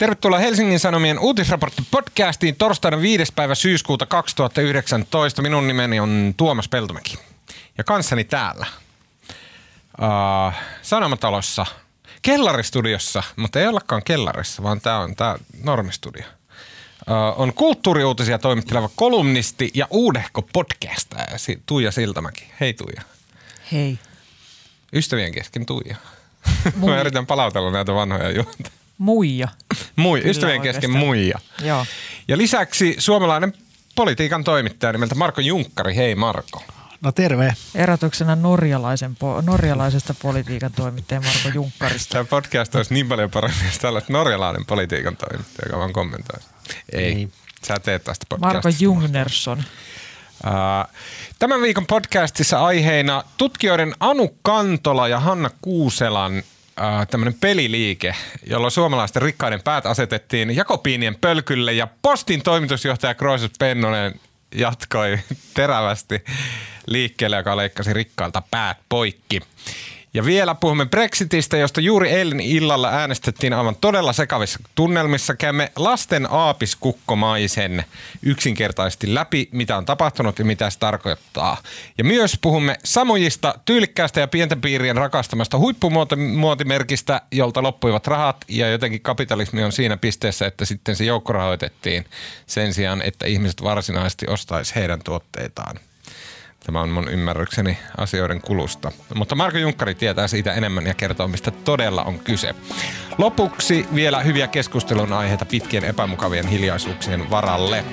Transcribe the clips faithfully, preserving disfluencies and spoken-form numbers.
Tervetuloa Helsingin Sanomien uutisraportti-podcastiin torstaina viides päivä syyskuuta kaksituhattayhdeksäntoista. Minun nimeni on Tuomas Peltomäki ja kanssani täällä uh, Sanomatalossa, kellaristudiossa, mutta ei ollakaan kellarissa, vaan tämä on tämä normistudio. Uh, on kulttuuriuutisia toimitteleva kolumnisti ja uudehko podcastaja Tuija Siltamäki. Hei Tuija. Hei. Ystävien kesken Tuija. Mä yritän palautella näitä vanhoja juonta. Muija. Mui, ystävien kesken muija. Joo. Ja lisäksi suomalainen politiikan toimittaja nimeltä Marko Junkkari. Hei Marko. No terve. Erotuksena norjalaisen po- norjalaisesta politiikan toimittaja Marko Junkkarista. Tämä podcast olisi niin paljon paremmin, jos tällaista norjalainen politiikan toimittaja, joka vaan kommentoi. Ei, niin. Sä teet tästä podcastista. Marko Jungnersson. Uh, tämän viikon podcastissa aiheina tutkijoiden Anu Kantola ja Hanna Kuuselan uh, tämmöinen peliliike, jolla suomalaisten rikkaiden päät asetettiin Jakobiinien pölkylle ja Postin toimitusjohtaja Kroisus Pennonen jatkoi terävästi liikkeelle, joka leikkasi rikkailta päät poikki. Ja vielä puhumme Brexitistä, josta juuri eilen illalla äänestettiin aivan todella sekavissa tunnelmissa. Käymme lasten aapiskukkomaisen yksinkertaisesti läpi, mitä on tapahtunut ja mitä se tarkoittaa. Ja myös puhumme Samujista, tyylikkäästä ja pienten piirien rakastamasta huippumuotimerkistä, jolta loppuivat rahat. Ja jotenkin kapitalismi on siinä pisteessä, että sitten se joukko rahoitettiin sen sijaan, että ihmiset varsinaisesti ostaisi heidän tuotteitaan. Tämä on mun ymmärrykseni asioiden kulusta. Mutta Marko Junkkari tietää siitä enemmän ja kertoo, mistä todella on kyse. Lopuksi vielä hyviä keskustelun aiheita pitkien epämukavien hiljaisuuksien varalle.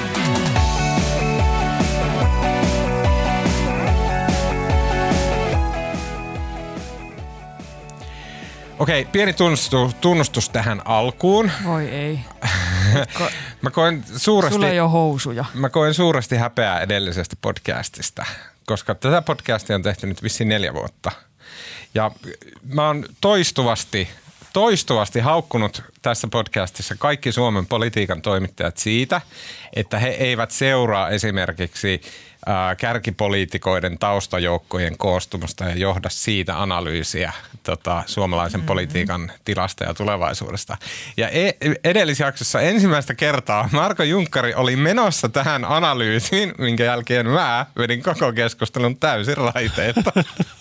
Okei, pieni tunnustus, tunnustus tähän alkuun. Voi ei. Ko- mä koen suuresti, Sulla ei ole housuja. Mä koen suuresti häpeää edellisestä podcastista, koska tätä podcastia on tehty nyt vissiin neljä vuotta. Ja mä oon toistuvasti, toistuvasti haukkunut tässä podcastissa kaikki Suomen politiikan toimittajat siitä, että he eivät seuraa esimerkiksi ää, kärkipoliitikoiden taustajoukkojen koostumusta ja johda siitä analyysiä tota, suomalaisen mm-hmm. politiikan tilasta ja tulevaisuudesta. Ja e- edellisjaksossa ensimmäistä kertaa Marko Junkkari oli menossa tähän analyysiin, minkä jälkeen mä vedin koko keskustelun täysin raiteetta.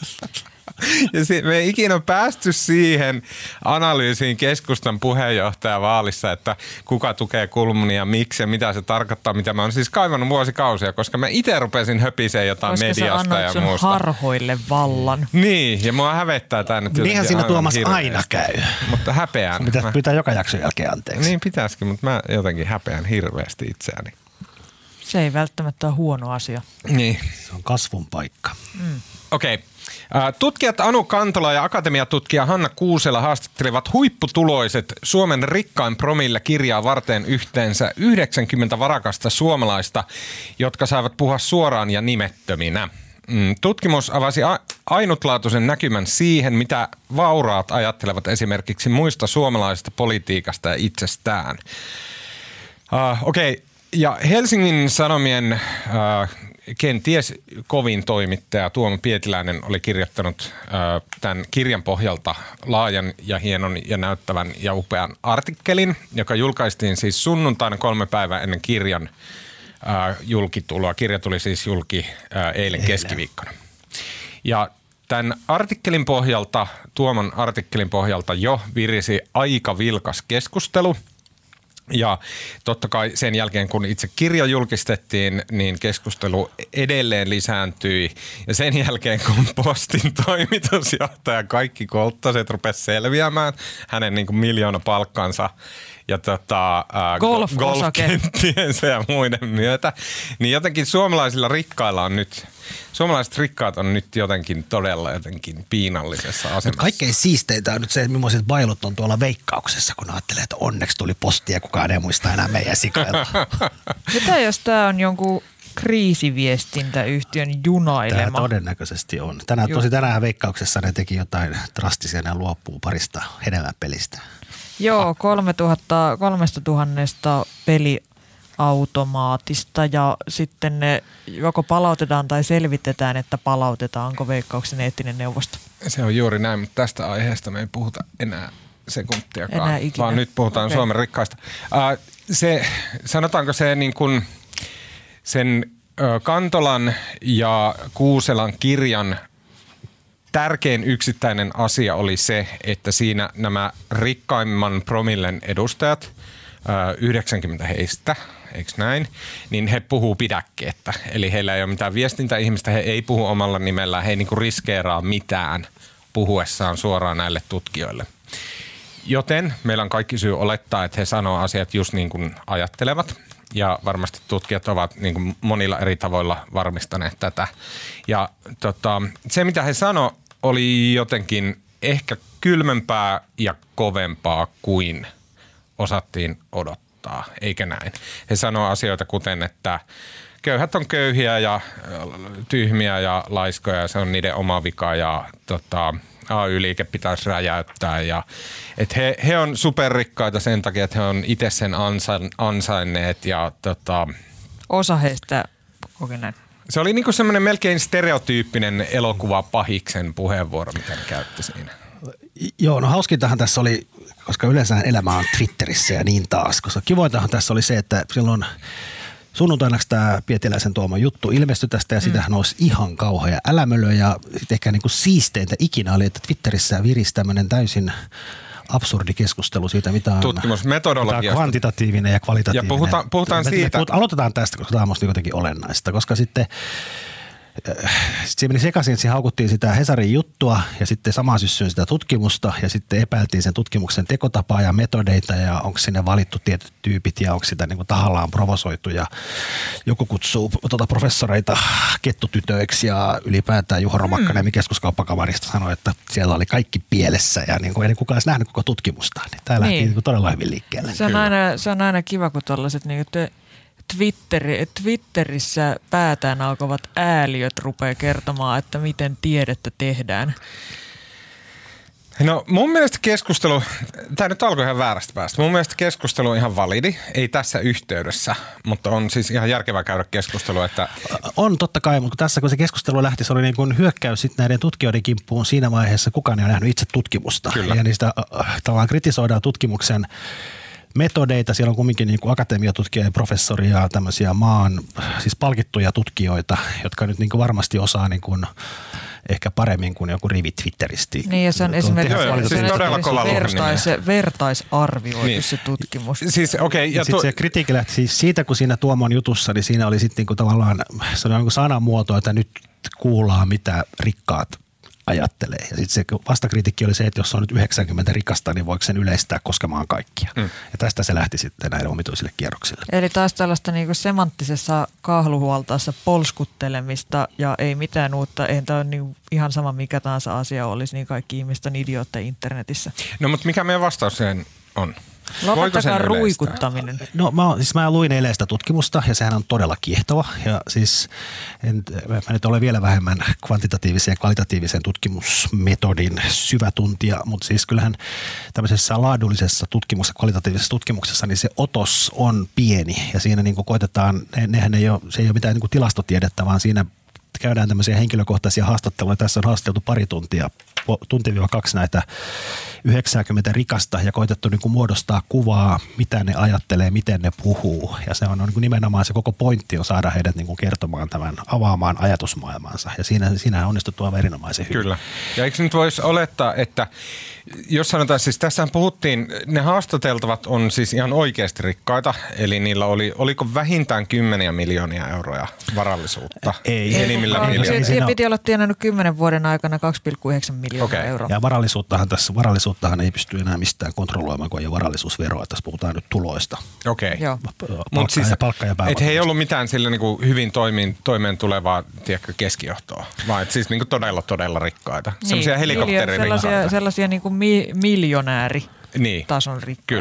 Ja me ei ikinä päästy siihen analyysiin keskustan puheenjohtajavaalissa, että kuka tukee Kulmunia, miksi ja mitä se tarkoittaa, mitä mä oon siis kaivannut vuosikausia, koska mä itse rupesin höpiseen jotain koska mediasta ja muusta. Koska sä harhoille vallan. Niin, ja mua hävettää tää nyt. Niinhän siinä Tuomas hirveästi. Aina käy. Mutta häpeän. Pitäisi mä... pyytää joka jakson jälkeen anteeksi. Niin pitäisikin, mutta mä jotenkin häpeän hirveästi itseäni. Se ei välttämättä ole huono asia. Niin. Se on kasvun paikka. Mm. Okei. Okay. Tutkijat Anu Kantola ja akatemiatutkija Hanna Kuusela haastattelivat huipputuloiset Suomen rikkain promille kirjaa varten yhteensä yhdeksänkymmentä varakasta suomalaista, jotka saivat puhua suoraan ja nimettöminä. Tutkimus avasi ainutlaatuisen näkymän siihen, mitä vauraat ajattelevat esimerkiksi muista suomalaisista politiikasta ja itsestään. Uh, Okei, okay. Ja Helsingin Sanomien uh, kenties kovin toimittaja Tuomo Pietiläinen oli kirjoittanut äh, tämän kirjan pohjalta laajan ja hienon ja näyttävän ja upean artikkelin, joka julkaistiin siis sunnuntaina kolme päivää ennen kirjan äh, julkituloa. Kirja tuli siis julki äh, eilen keskiviikkona. Ja tämän artikkelin pohjalta, Tuomon artikkelin pohjalta jo virisi aika vilkas keskustelu. Ja totta kai sen jälkeen, kun itse kirja julkistettiin, niin keskustelu edelleen lisääntyi. Ja sen jälkeen, kun Postin toimitusjohtaja kaikki kolttaset rupesi selviämään hänen niin kuin miljoona palkkansa ja tota, ää, Golf golfkenttiensä ja muiden myötä, niin jotenkin suomalaisilla rikkailla on nyt, suomalaiset rikkaat on nyt jotenkin todella jotenkin piinallisessa asemassa. Mutta kaikkein siisteintä on nyt se, että millaiset bailut on tuolla Veikkauksessa, kun ajattelee, että onneksi tuli Posti ja kukaan ei muista enää meidän sikailla. Mitä jos tämä on jonkun kriisiviestintäyhtiön junailema? Tämä todennäköisesti on. Tänään, tosi tänään Veikkauksessa ne teki jotain drastisia ja luopuu parista hedelmäpelistä. Joo, kolmetuhatta, kolmesta tuhannesta peliautomaatista ja sitten ne joko palautetaan tai selvitetään, että palautetaanko Veikkauksen eettinen neuvosto. Se on juuri näin, mutta tästä aiheesta me ei puhuta enää sekuntiakaan, vaan nyt puhutaan okay. Suomen rikkaista. Uh, se, sanotaanko se niin kuin sen uh, Kantolan ja Kuuselan kirjan tärkein yksittäinen asia oli se, että siinä nämä rikkaimman promillen edustajat, yhdeksänkymmentä heistä, eikö näin, niin he puhuu pidäkkeettä. Eli heillä ei ole mitään viestintäihmistä, he ei puhu omalla nimellään, he ei niinku riskeeraa mitään puhuessaan suoraan näille tutkijoille. Joten meillä on kaikki syy olettaa, että he sanoo asiat just niin kuin ajattelevat. Ja varmasti tutkijat ovat niin kuin monilla eri tavoilla varmistaneet tätä. Ja tota, se, mitä he sanoi, oli jotenkin ehkä kylmempää ja kovempaa kuin osattiin odottaa, eikä näin. He sanoo asioita kuten, että köyhät on köyhiä ja tyhmiä ja laiskoja ja se on niiden oma vika ja tota, A Y-liike pitäisi räjäyttää. Ja, että he, he on superrikkaita sen takia, että he on itse sen ansa- ansainneet. Ja, tota, osa heistä koki näin. Se oli niinku semmoinen melkein stereotyyppinen elokuva pahiksen puheenvuoro, mitä ne käytti siinä. Joo, no hauskintahan tässä oli, koska yleensä elämä on Twitterissä ja niin taas, koska kivointahan tässä oli se, että silloin sunnuntaina tämä Pietiläisen Tuomo juttu ilmestyi tästä ja sitähän nousi ihan kauhea älämölö ja sitten ehkä niinku siisteintä ikinä oli, että Twitterissä virisi tämmöinen täysin absurdi keskustelu siitä, mitä on tutkimusmetodologiasta. Kvantitatiivinen ja kvalitatiivinen. Ja puhutaan, puhutaan me, siitä. Me puhutaan, aloitetaan tästä, koska tämä on musta jotenkin olennaista, koska sitten Sitten meni sekaisin, että siinä haukuttiin sitä Hesarin juttua ja sitten samaan syssyyn sitä tutkimusta ja sitten epäiltiin sen tutkimuksen tekotapaa ja metodeita ja onko sinne valittu tietyt tyypit ja onko sitä niin kuin tahallaan provosoitu ja joku kutsuu tuota professoreita kettutytöiksi ja ylipäätään Juho Romakkanen keskuskauppakamarista sanoi, että siellä oli kaikki pielessä ja niin kuin ei kukaan edes nähnyt koko tutkimusta. Niin tämä niin. lähti niin kuin todella hyvin liikkeelle. Se on, aina, se on aina kiva, kun tällaiset niin kuin Twitteri, Twitterissä päätään alkavat ääliöt rupeaa kertomaan, että miten tiedettä tehdään. No mun mielestä keskustelu, tämä nyt alkoi ihan väärästä päästä, mun mielestä keskustelu on ihan validi, ei tässä yhteydessä, mutta on siis ihan järkevää käydä keskustelua, että on totta kai, mutta tässä kun se keskustelu lähti, se oli niin kuin hyökkäys sitten näiden tutkijoiden kimppuun siinä vaiheessa, kukaan ei ole nähnyt itse tutkimusta. Kyllä. Ja niistä tavallaan kritisoidaan tutkimuksen metodeita. Siellä on kumminkin niin kuin akatemiatutkija ja professori ja tämmöisiä maan siis palkittuja tutkijoita, jotka nyt niin kuin varmasti osaa niin kuin ehkä paremmin kuin joku rivi Twitteristi. Niin ja se on esimerkiksi siis vertais, vertaisarvioitu niin. Se tutkimus. Siis, okay, ja ja sitten se kritiikki lähti siis siitä, kun siinä Tuomon jutussa, niin siinä oli sitten niin kuin tavallaan se on niin kuin sanamuoto, että nyt kuullaan mitä rikkaat ajattelee. Ja sitten se vastakritiikki oli se, että jos on nyt yhdeksänkymmentä rikasta, niin voiko sen yleistää koskemaan kaikkia. Mm. Ja tästä se lähti sitten näille omituisille kierroksille. Eli taas tällaista niinku semanttisessa kahluhuoltaessa polskuttelemista ja ei mitään uutta. Eihän tämä ole niinku ihan sama mikä tahansa asia olisi, niin kaikki ihmiset on idiootteja internetissä. No mutta mikä meidän vastaus siihen on? Lopettakaa ruikuttaminen. No mä, siis mä luin eilen sitä tutkimusta ja sehän on todella kiehtova. Ja siis en, mä nyt olen vielä vähemmän kvantitatiivisen ja kvalitatiivisen tutkimusmetodin syvätuntija, mutta siis kyllähän tämmöisessä laadullisessa tutkimuksessa, kvalitatiivisessa tutkimuksessa, niin se otos on pieni ja siinä niin kuin koitetaan, ne, nehän ei ole, se ei ole mitään niin kuin tilastotiedettä, vaan siinä käydään tämmöisiä henkilökohtaisia haastatteluja. Tässä on haastateltu pari tuntia, tunti-viiva kaksi näitä yhdeksänkymmentä rikasta ja koitettu niin kuin muodostaa kuvaa, mitä ne ajattelee, miten ne puhuu. Ja se on niin kuin nimenomaan se koko pointti on saada heidät niin kuin kertomaan tämän, avaamaan ajatusmaailmansa. Ja siinä, siinä on onnistuttu aivan erinomaisen hyvin. Kyllä. Ja eikö nyt voisi olettaa, että jos sanotaan, siis tässähän puhuttiin, ne haastateltavat on siis ihan oikeasti rikkaita, eli niillä oli, oliko vähintään kymmeniä miljoonia euroja varallisuutta? Ei. Enimmillään miljoonaa. Se piti olla tienannut kymmenen vuoden aikana kaksi pilkku yhdeksän miljoonaa okay. euroa. Ja varallisuuttahan tässä, varallisuuttahan ei pysty enää mistään kontrolloimaan, kun ei ole varallisuusveroa. Tässä puhutaan nyt tuloista. Okei. Okay. Palkka, siis, ja palkka ja että he ei ollut mitään sille niin kuin hyvin toimeen, toimeen tulevaa tiedätkö, keskijohtoa, vaan että siis niin kuin todella, todella rikkaita. Niin, sellaisia helikopteririkkaita. Sellaisia, sellaisia niin kuin mi- miljonääri niin. tason rikkaita. Kyllä.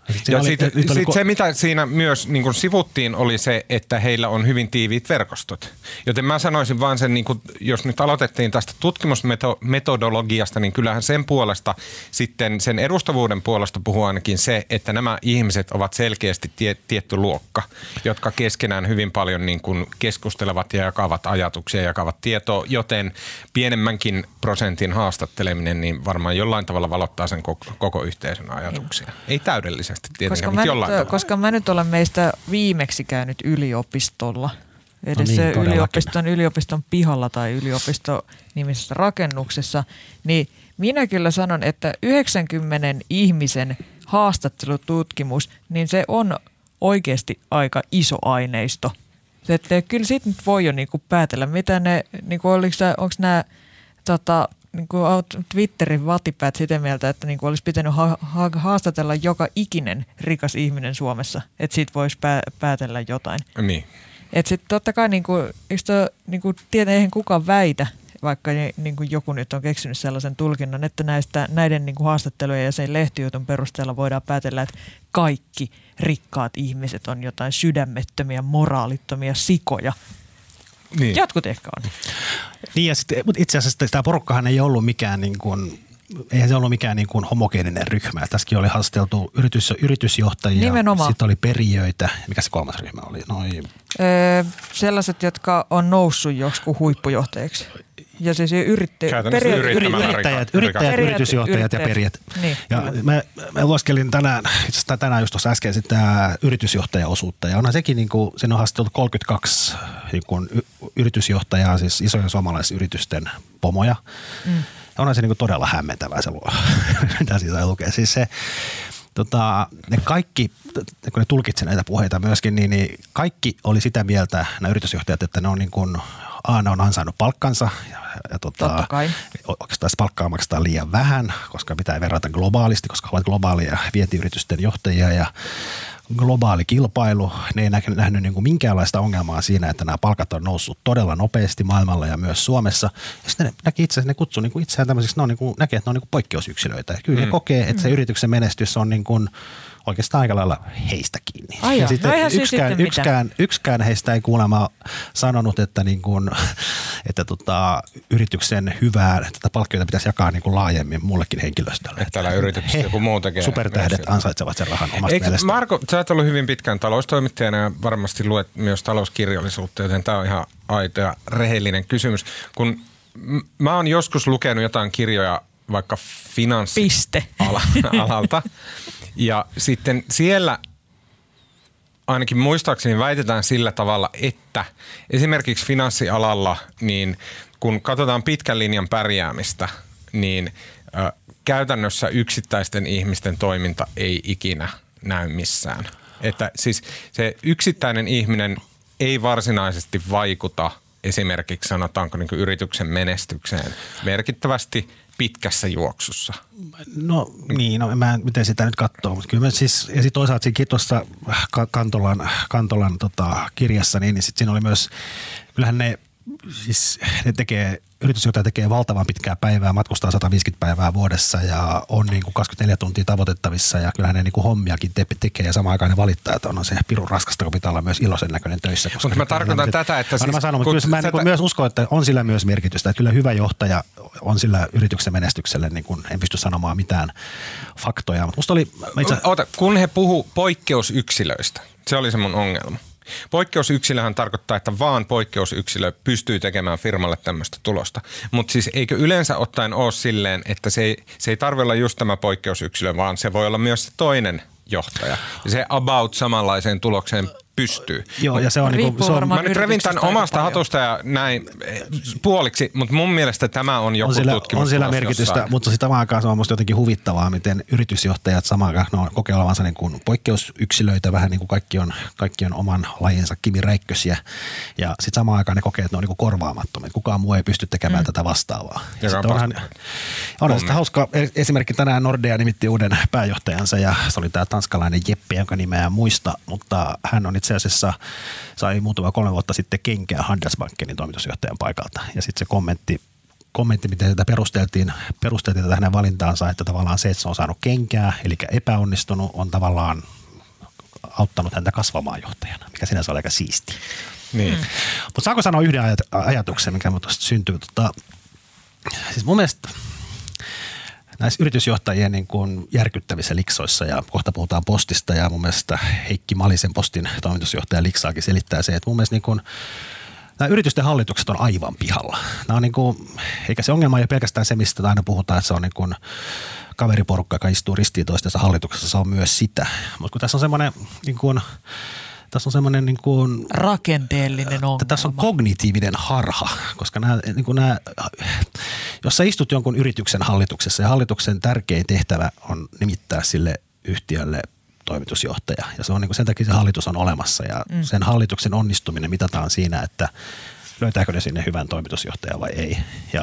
Ja sitten sit ko- se, mitä siinä myös niin kuin sivuttiin, oli se, että heillä on hyvin tiiviit verkostot. Joten mä sanoisin vaan sen, niin kuin, jos nyt aloitettiin tästä tutkimusmetodologiasta, niin kyllähän sen puolesta sitten sen edustavuuden puolesta puhuu ainakin se, että nämä ihmiset ovat selkeästi tie, tietty luokka, jotka keskenään hyvin paljon niin kuin keskustelevat ja jakavat ajatuksia ja jakavat tietoa, joten pienemmänkin prosentin haastatteleminen niin varmaan jollain tavalla valottaa sen koko, koko yhteisön ajatuksia. Ei täydellisesti tietenkään, mutta jollain nyt, tavalla. Koska mä nyt olen meistä viimeksi käynyt yliopistolla, edes no niin, se yliopiston, yliopiston pihalla tai yliopisto-nimisessä rakennuksessa, niin minä kyllä sanon, että yhdeksänkymmentä ihmisen haastattelututkimus, niin se on oikeasti aika iso aineisto. Että kyllä siitä nyt voi jo niinku päätellä, mitä ne, niinku onko nämä tota, niinku Twitterin vatipäät sitä mieltä, että niinku olisi pitänyt ha- ha- haastatella joka ikinen rikas ihminen Suomessa, että siitä voisi pää- päätellä jotain. Niin. Että sitten totta kai, niinku, eikö toi, niinku, tiedä, eihän kukaan väitä, vaikka niinku joku nyt on keksinyt sellaisen tulkinnan, että näistä, näiden niinku haastattelujen ja sen lehtijutun perusteella voidaan päätellä, että kaikki rikkaat ihmiset on jotain sydämettömiä, moraalittomia sikoja. Niin. Jotkut ehkä on. Niin ja sitten, mutta itse asiassa tämä porukkahan ei ollut mikään niin kuin, eihän se ollut mikään niin kuin homogeeninen ryhmä. Tässäkin oli haasteltu yritys, yritysjohtajia, nimenomaan. Sitten oli perijöitä. Mikä se kolmas ryhmä oli? Noi... Öö, sellaiset, jotka on noussut joskus huippujohtajaksi. Ja siis yrittäjät, yrittäjät, yrittäjät, yrittäjät yritysjohtajat ja perijät. Niin. Ja mä, mä lueskelin tänään, itse asiassa tänään just tuossa äsken sitä yritysjohtajaosuutta. Ja onhan sekin, niin kuin, siinä on haasteltu kolmekymmentäkaksi niin kuin, yritysjohtajaa, siis isojen suomalaisyritysten pomoja. Mm. Ja onhan se niin kuin, todella hämmentävää se, mitä siitä lukee. Siis se, tota, ne kaikki, kun ne tulkitsi näitä puheita myöskin, niin, niin kaikki oli sitä mieltä, nämä yritysjohtajat, että ne on niin kuin, A, ne on ansainnut palkkansa ja, ja tota, oikeastaan palkkaa maksetaan liian vähän, koska pitää verrata globaalisti, koska ovat globaalia vientiyritysten johtajia ja globaali kilpailu. Ne ei nähnyt, nähnyt niin kuin minkäänlaista ongelmaa siinä, että nämä palkat on noussut todella nopeasti maailmalla ja myös Suomessa. Ja sitten ne näki itse asiassa, ne kutsuu niin kuin itseään tämmöisiksi, ne on niin kuin, näkee, että ne on niin kuin poikkeusyksilöitä. Ja kyllä mm. ne kokee, että se yrityksen menestys on niin kuin oikeastaan aika lailla heistä kiinni. Ai ja sitten no yksikään, sitten yksikään, yksikään heistä ei kuulemma sanonut, että, niin kuin, että tota, yrityksen hyvää tätä palkkioita pitäisi jakaa niin kuin laajemmin mullekin henkilöstölle. Että täällä yrityksessä joku muu tekee. Supertähdet ansaitsevat sen rahan omasta Eikö, mielestä. Marko, sä oot ollut hyvin pitkään taloustoimittajana ja varmasti luet myös talouskirjallisuutta, joten tämä on ihan aito ja rehellinen kysymys. Kun m- mä oon joskus lukenut jotain kirjoja vaikka finanssialalta. Ja sitten siellä ainakin muistaakseni väitetään sillä tavalla, että esimerkiksi finanssialalla, niin kun katsotaan pitkän linjan pärjäämistä, niin ö, käytännössä yksittäisten ihmisten toiminta ei ikinä näy missään. Että siis se yksittäinen ihminen ei varsinaisesti vaikuta esimerkiksi sanotaanko niin kuin yrityksen menestykseen merkittävästi pitkässä juoksussa. No niin, no mä en miten sitä nyt katsoo, mutta kyllä mä siis, ja sitten toisaalta siinä tuossa Kantolan, Kantolan tota, kirjassa, niin, niin sitten siinä oli myös, kyllähän ne, siis ne tekee, yritysjohtaja tekee valtavan pitkää päivää, matkustaa sata viisikymmentä päivää vuodessa ja on niin kuin kaksikymmentäneljä tuntia tavoitettavissa ja kyllähän ne niin kuin hommiakin te- tekee ja samaan aikaan ne valittaa, että on se pirun raskasta, kun pitää olla myös iloisen näköinen töissä. Mutta mä tarkoitan tätä, että siis... Mä sanon, mutta kyllä mä tätä... myös uskon, että on sillä myös merkitystä, että kyllä hyvä johtaja on sillä yrityksen menestykselle, niin kuin en pysty sanomaan mitään faktoja, mutta musta oli... Itse... Ota, kun he puhu poikkeusyksilöistä, se oli se mun ongelma. Poikkeusyksilöhän tarkoittaa, että vaan poikkeusyksilö pystyy tekemään firmalle tämmöistä tulosta. Mutta siis eikö yleensä ottaen ole silleen, että se ei, se ei tarvitse olla just tämä poikkeusyksilö, vaan se voi olla myös se toinen johtaja. Ja se about samanlaiseen tulokseen pystyy. Joo, ja se on niinku, se on, mä nyt revin tämän omasta hatusta ja näin puoliksi, mutta mun mielestä tämä on joku on sillä, tutkimus. On sillä merkitystä, jossain. Mutta sitten samaan aikaan se on musta jotenkin huvittavaa, miten yritysjohtajat samaan aikaan no, kokee olevansa niin kuin poikkeusyksilöitä, vähän niin kuin kaikki on, kaikki on oman lajinsa Kimi Räikkösiä. Ja sitten samaan aikaan ne kokee, että ne on niin kuin korvaamattomia. Kukaan muu ei pysty tekemään mm. tätä vastaavaa. Onhan, onhan sitä hauska esimerkki tänään Nordea nimitti uuden pääjohtajansa ja se oli tämä tanskalainen Jeppe, jonka nimeä en muista, mutta hän on itse asiassa sai muutama kolme vuotta sitten kenkää Handelsbankenin toimitusjohtajan paikalta. Ja sitten se kommentti kommentti, miten sitä perusteltiin, perusteltiin tätä hänen valintaansa, että tavallaan se, että se on saanut kenkää, eli epäonnistunut, on tavallaan auttanut häntä kasvamaan johtajana, mikä sinänsä on aika siistiä. Niin. Mm. Mutta saanko sanoa yhden aj- ajatuksen, mikä minusta syntyy? Tota, siis mun mielestä näissä yritysjohtajien niin kuin järkyttävissä liksoissa, ja kohta puhutaan Postista, ja mun mielestä Heikki Malisen Postin toimitusjohtaja liksaakin selittää se, että mun mielestä niin kuin nämä yritysten hallitukset on aivan pihalla. Nämä on niin kuin, eikä se ongelma ei ole pelkästään se, mistä aina puhutaan, että se on niin kuin kaveriporukka, joka istuu ristiin toistensa hallituksessa, se on myös sitä. Mutta kun tässä on semmoinen niin kuin Tässä on semmoinen niin kuin rakenteellinen ongelma. Tässä on kognitiivinen harha, koska nämä, niin kuin nämä, jos sä istut jonkun yrityksen hallituksessa ja hallituksen tärkein tehtävä on nimittää sille yhtiölle toimitusjohtaja. Ja se on niin kuin sen takia se hallitus on olemassa ja mm. sen hallituksen onnistuminen mitataan siinä, että löytääkö ne sinne hyvän toimitusjohtajan vai ei. Ja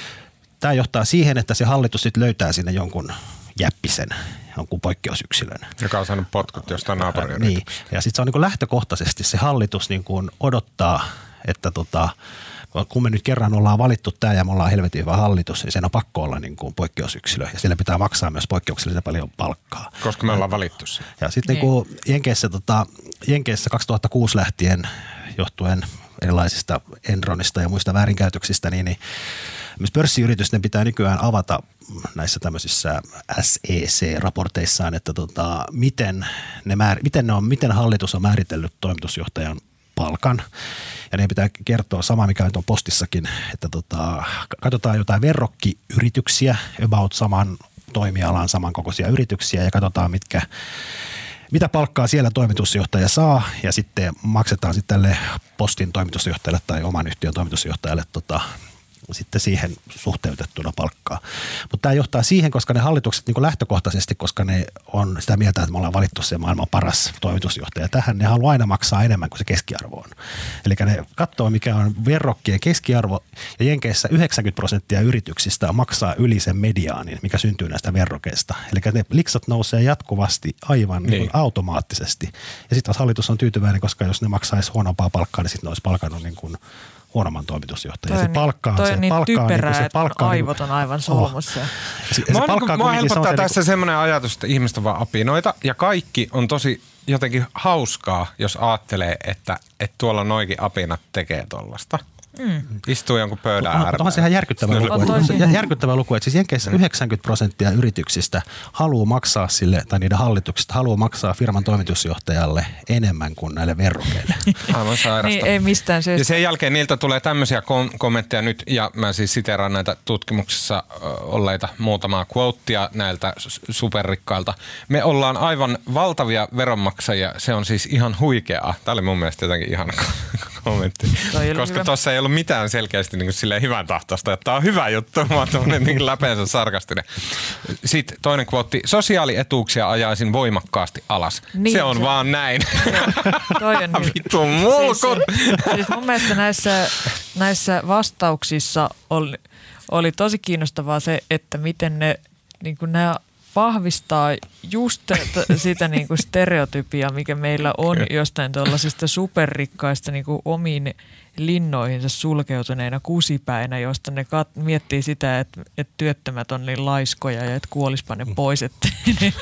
tämä johtaa siihen, että se hallitus sitten löytää sinne jonkun jäppisen, jonkun poikkeusyksilön. Joka on saanut potkut jostain naapuriyrityksestä. Niin. Ja sitten se on niin kuin lähtökohtaisesti se hallitus niin kuin odottaa, että tota, kun me nyt kerran ollaan valittu tämä ja me ollaan helvetin hyvä hallitus, niin sen on pakko olla niin kuin poikkeusyksilö ja sillä pitää maksaa myös poikkeuksellisen paljon palkkaa. Koska me ollaan valittu se. Ja sitten niin. niin Jenkeissä, tota, Jenkeissä kaksituhattakuusi lähtien johtuen erilaisista Enronista ja muista väärinkäytöksistä, niin, niin myös pörssiyritysten pitää nykyään avata näissä tämmöisissä S E C-raporteissaan, että tota, miten, ne määr, miten, ne on, miten hallitus on määritellyt toimitusjohtajan palkan. Ja ne pitää kertoa sama, mikä on Postissakin, että tota, katsotaan jotain verrokkiyrityksiä, about saman toimialan samankokoisia yrityksiä ja katsotaan, mitkä mitä palkkaa siellä toimitusjohtaja saa ja sitten maksetaan sitten tälle Postin toimitusjohtajalle tai oman yhtiön toimitusjohtajalle tota, sitten siihen suhteutettuna palkkaa. Mutta tämä johtaa siihen, koska ne hallitukset niin kuin lähtökohtaisesti, koska ne on sitä mieltä, että me ollaan valittu se maailman paras toimitusjohtaja tähän, ne haluaa aina maksaa enemmän kuin se keskiarvo on. Eli ne katsoo, mikä on verrokkien keskiarvo, ja Jenkeissä yhdeksänkymmentä prosenttia yrityksistä maksaa yli sen mediaanin, mikä syntyy näistä verrokeista. Eli ne liksat nousee jatkuvasti aivan niin. Niin automaattisesti. Ja sitten taas hallitus on tyytyväinen, koska jos ne maksaisi huonompaa palkkaa, niin sitten ne olisi palkannut niin kuin huonomman toimitusjohtaja. Toi se palkka on toi se, niin palkka on typerää, niin se palkka on aivot on aivan solmussa. Oh. Se, se palkka mua helpottaa se tässä niin semmoinen ajatus, että ihmiset on vaan apinoita ja kaikki on tosi jotenkin hauskaa, jos ajattelee, että, että tuolla noikin apinat tekee tollasta. Mm. Istuu jonkun pöydän äärellä. Onhan se ihan järkyttävä luku. Että, järkyttävä luku, että siis Jenkeissä mm. yhdeksänkymmentä prosenttia yrityksistä haluaa maksaa sille, tai niiden hallituksista haluaa maksaa firman toimitusjohtajalle enemmän kuin näille verrokeille. Aivan sairasta. Niin, ei mistään syystä. Ja sen jälkeen niiltä tulee tämmöisiä kom- kommentteja nyt, ja mä siis siteeraan näitä tutkimuksissa olleita muutamaa quotea näiltä superrikkailta. Me ollaan aivan valtavia veronmaksajia, se on siis ihan huikeaa. Tämä oli mun mielestä jotenkin ihana kommentti, koska tuossa ei ollut mitään selkeästi niin kuin silleen hyvän tahtoista, että tämä on hyvä juttu, vaan tuommoinen niin läpeensä sarkastinen. Sitten toinen quote, sosiaalietuuksia ajaisin voimakkaasti alas. Niin, se on se vaan näin. Toi on niin. Vittu mulkut. Siis, siis mun mielestä näissä, näissä vastauksissa oli, oli tosi kiinnostavaa se, että miten ne niin kuin nämä vahvistaa just sitä niin kuin stereotypia, mikä meillä on jostain tuollaisista superrikkaista niin kuin omiin linnoihinsa sulkeutuneina kusipäinä, josta ne kat- miettii sitä, että, että työttömät on niin laiskoja ja että kuolispa ne pois, ettei,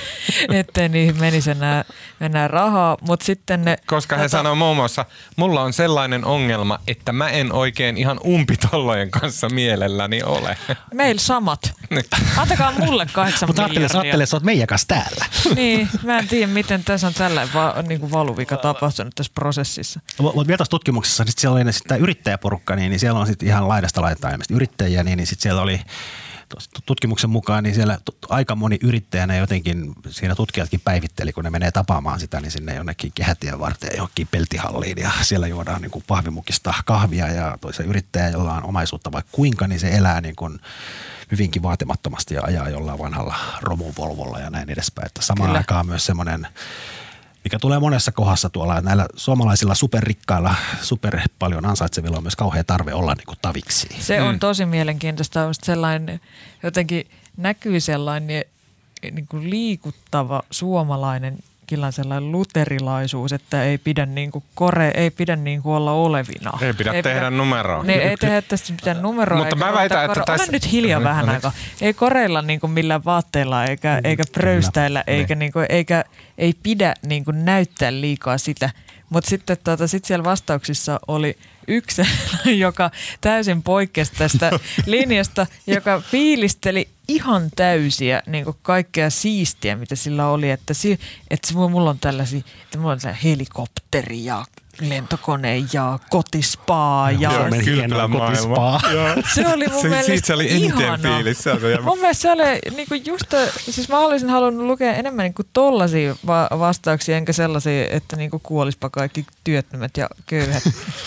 ettei niihin menisi enää, enää rahaa. Mut sitten ne, Koska he tota, sanoo muun muassa, mulla on sellainen ongelma, että mä en oikein ihan umpitollojen kanssa mielelläni ole. Meillä samat. Antakaa mulle kahdeksan Mutta miljardia. Mutta ajattelee, että sä oot meidän kanssa täällä. Niin, mä en tiedä, miten tässä on tällainen va- niin kuin valuvika tapahtunut tässä prosessissa. Mutta vielä tuossa tutkimuksessa, niin siellä oli tämä yrittäjäporukka, niin, niin siellä on sitten ihan laidasta laitaan ilmeisesti yrittäjiä, niin, niin sitten siellä oli tutkimuksen mukaan, niin siellä aika moni yrittäjänä jotenkin, siinä tutkijatkin päivitteli, kun ne menee tapaamaan sitä, niin sinne jonnekin kehätien varteen, johonkin peltihalliin ja siellä juodaan niin kuin pahvimukista kahvia ja toisen yrittäjä, jolla on omaisuutta vaikka kuinka, niin se elää niin kuin hyvinkin vaatimattomasti ja ajaa jollain vanhalla romuvolvolla ja näin edespäin. Että samaan Kyllä. aikaan myös semmoinen, mikä tulee monessa kohdassa tuolla, että näillä suomalaisilla superrikkailla, super paljon ansaitsevilla on myös kauhea tarve olla niin kuin taviksi. Se on mm. tosi mielenkiintoista, on sellainen, jotenkin näkyy sellainen niin kuin liikuttava suomalainen kaikilla sellainen luterilaisuus, että ei pidä niinku kore, ei pidä niinku olla olevina. Ei pidä ei tehdä pidä, numeroa. Ne, ei tehdä tästä mitään numeroa. Mutta mä väitän, että tässä... Olen nyt hiljaa vähän no, aikaa. Ei koreilla niinku millään vaatteilla eikä, eikä pröystäillä eikä, niinku, eikä ei pidä niinku näyttää liikaa sitä. Mutta sitten tota, sit siellä vastauksissa oli yksi, joka täysin poikkesi tästä linjasta, joka fiilisteli ihan täysiä niin kuin kaikkea siistiä, mitä sillä oli. Että, si, että mulla on tällaisia, että mulla on helikopteri ja lentokone ja kotispaa. Ja Suomen hieno kotispaa. Se oli mun se, mielestä se oli ihana. fiilis. Se oli mun mielestä se oli niin kuin just, siis mä olisin halunnut lukea enemmän niin kuin tollaisia va- vastauksia, enkä sellaisia, että niin kuin kuolispa kaikki työttömät ja köyhät.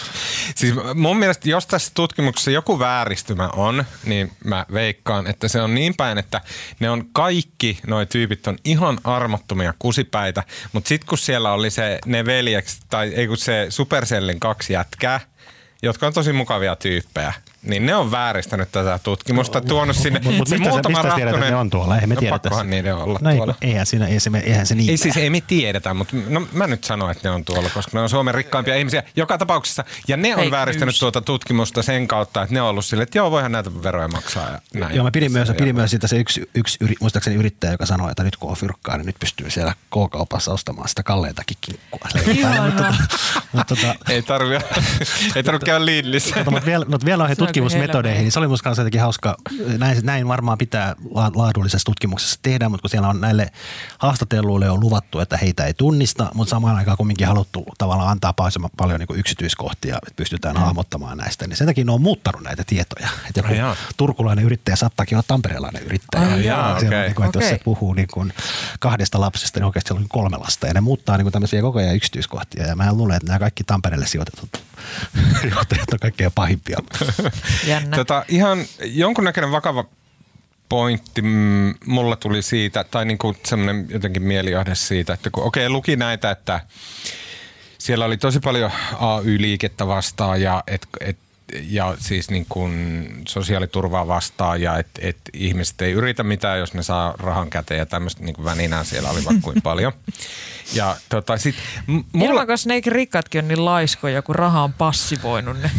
Siis mun mielestä, jos tässä tutkimuksessa joku vääristymä on, niin mä veikkaan, että se on niin päin, että ne on kaikki, noi tyypit on ihan armottomia kusipäitä, mutta sitten kun siellä oli se ne veljekset, tai ei kun se Supercellin kaksi jätkää, jotka on tosi mukavia tyyppejä, niin ne on vääristänyt tätä tutkimusta, tuonut sinne Mutta mut mistä, mistä sä tiedät, että ne on tuolla? Eihän me no, tiedetä. pakkohan niiden olla no, tuolla. Eihän, siinä, eihän, se, eihän se niin. Ei siis, ei me tiedetä, mutta no, mä nyt sanon, että ne on tuolla, koska ne on Suomen rikkaimpia ihmisiä joka tapauksessa. Ja ne on Fake vääristänyt news. tuota tutkimusta sen kautta, että ne on ollut silleen, että joo, voihan näitä veroja maksaa. Ja näin. Joo, mä pidin myös, pidin myös siitä se yksi, yksi yri, muistaakseni yrittäjä, joka sanoi, että nyt kun on fyrkkaa, niin nyt pystyy siellä K-kaupassa ostamaan sitä kalleitakin kinkkua. Ihanaa. Mutta tota, Ei tarvitse ei tarvi käydä Lidlissä. Mutta mut vielä, mut vielä noihin tutkimusmetodeihin, niin se oli musta kanssa jotenkin hauska. Näin, näin varmaan pitää laadullisessa tutkimuksessa tehdä, mutta kun siellä on näille haastatelluille on luvattu, että heitä ei tunnista, mutta samaan aikaan kumminkin haluttu tavallaan antaa paljon, paljon niin kuin yksityiskohtia, että pystytään mm. hahmottamaan näistä, niin sen takia ne on muuttanut näitä tietoja. Että joku Ai turkulainen yrittäjä saattaakin olla tamperelainen yrittäjä. Ai jaa, okay. okay. niin kuin, että Okay. jos se puhuu niin kuin kahdesta lapsesta, niin oikeasti siellä on kolme lasta. Ja ne muuttaa niin kuin tämmöisiä koko ajan yksityiskohtia. Ja mä luulen, että nämä kaikki Tampereelle sijoitetut johtajat on kaikkein pahimpia. Jännä. Tota, ihan jonkunnäköinen vakava pointti mm, mulla tuli siitä, tai niinku semmoinen jotenkin mieliahde siitä, että kun okei, okay, luki näitä, että siellä oli tosi paljon A Y-liikettä vastaan ja et, et, ja siis niin kuin sosiaaliturvaa vastaan ja että et ihmiset ei yritä mitään, jos ne saa rahan käteen ja tämmöistä niin kuin väninää siellä oli vaikka kuin paljon. Ja tota sit m- mulla... Ilman, ne rikkaatkin on niin laiskoja, kun raha on passivoinut ne.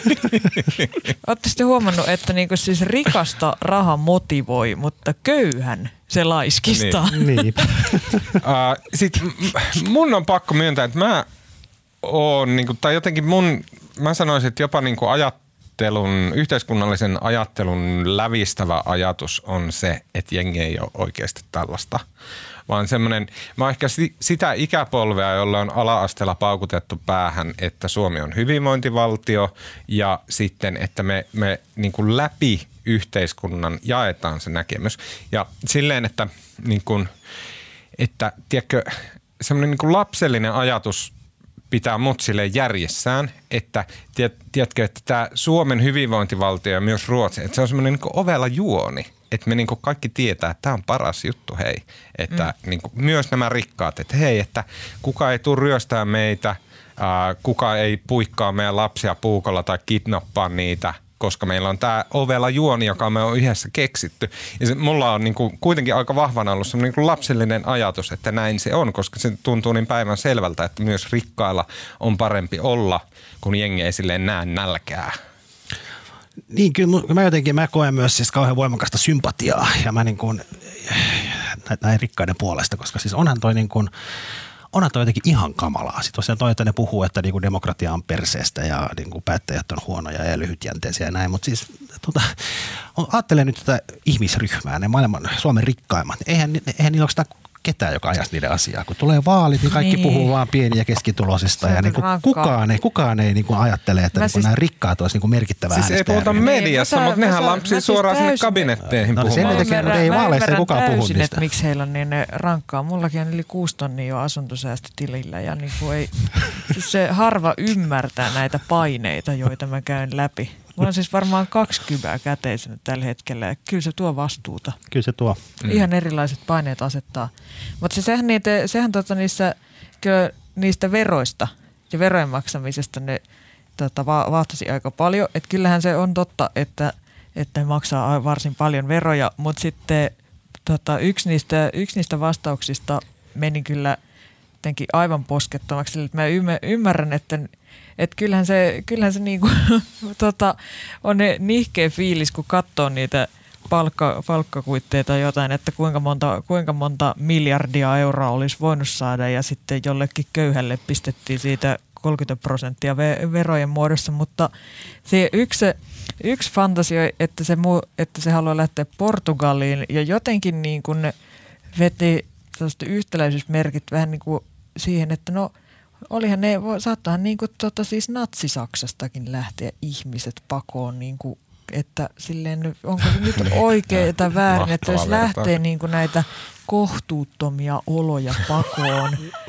Olette sitten huomannut, että niinku siis rikasta raha motivoi, mutta köyhän se laiskistaa. Niin. uh, Sitten mun on pakko myöntää, että mä oon, niinku, tai jotenkin mun, mä sanoisin, että jopa niinku ajattelun, yhteiskunnallisen ajattelun lävistävä ajatus on se, että jengi ei ole oikeasti tällaista. Vaan semmoinen, mä oon ehkä sitä ikäpolvea, jolla on ala-asteella paukutettu päähän, että Suomi on hyvinvointivaltio ja sitten, että me, me niin kuin läpi yhteiskunnan jaetaan se näkemys. Ja silleen, että, niin kuin, että tiedätkö, semmoinen niin kuin lapsellinen ajatus pitää mut silleen järjessään, että tiedätkö, että tämä Suomen hyvinvointivaltio ja myös Ruotsi, että se on semmoinen niin kuin ovela juoni. Että me niinku kaikki tietää, että tämä on paras juttu, hei. Että mm. niinku myös nämä rikkaat, että hei, että kuka ei tule ryöstää meitä, ää, kuka ei puikkaa meidän lapsia puukolla tai kidnappaa niitä, koska meillä on tämä ovela juoni, joka me on yhdessä keksitty. Ja se, mulla on niinku kuitenkin aika vahvana ollut semmoinen niinku lapsellinen ajatus, että näin se on, koska se tuntuu niin päivän selvältä, että myös rikkailla on parempi olla, kun jengi ei silleen näe nälkää. Niin, kyllä mä jotenkin, mä koen myös siis kauhean voimakasta sympatiaa ja mä niin kuin näin rikkaiden puolesta, koska siis onhan toi niin kuin, onhan toi jotenkin ihan kamalaa. Sitten tosiaan toi, että ne puhuu, että niin kuin demokratia on perseestä ja niin kuin päättäjät on huonoja ja lyhytjänteisiä ja näin, mutta siis tota, ajattelen nyt tätä ihmisryhmää, ne maailman Suomen rikkaimmat, eihän, eihän niillä ole ketään, joka ajaisi niiden asiaa. Kun tulee vaalit, niin kaikki niin. puhuu vaan pieni- ja keskituloisista. Ja niin kuin kukaan ei, kukaan ei niin kuin ajattele, että niin kuin siis, nämä rikkaat olisi niin kuin merkittävä siis äänestäjä. Siis ei puhuta mediassa, niin, mutta nehän lampsii suoraan sinne kabinetteihin no, puhumaan. Sen takia, ei vaaleissa ei kukaan puhu niistä. Että miksi heillä on niin rankkaa. Mullakin on yli kuusi tonnia jo asuntosäästötilillä. Ja niin kuin ei, siis se harva ymmärtää näitä paineita, joita mä käyn läpi. Mulla on siis varmaan kaksikymmentä käteisenä tällä hetkellä ja kyllä se tuo vastuuta. Kyllä se tuo. Mm. Ihan erilaiset paineet asettaa. Mutta se, sehän, niitä, sehän tota niissä, kyllä niistä veroista ja verojen maksamisesta ne tota, va- vahtasi aika paljon. Että kyllähän se on totta, että, että ne maksaa varsin paljon veroja, mutta sitten tota, yksi, niistä, yksi niistä vastauksista meni kyllä jotenkin aivan poskettomaksi. Että mä ymmärrän, että, että kyllähän se, kyllähän se niinku, tota, on ne nihkeä fiilis, kun katsoo niitä palkka, palkkakuitteja tai jotain, että kuinka monta, kuinka monta miljardia euroa olisi voinut saada ja sitten jollekin köyhälle pistettiin siitä kolmekymmentä prosenttia verojen muodossa, mutta se yksi, yksi fantasio, että se, että se haluaa lähteä Portugaliin ja jotenkin niin kuin veti sellaiset yhtäläisyysmerkit vähän niin kuin siihen, että no olihan ne, saattahan niin kuin tota siis Natsi-Saksastakin lähteä ihmiset pakoon niin kuin, että silleen onko se nyt oikein tai väärin, että jos lähtee niin kuin näitä kohtuuttomia oloja pakoon.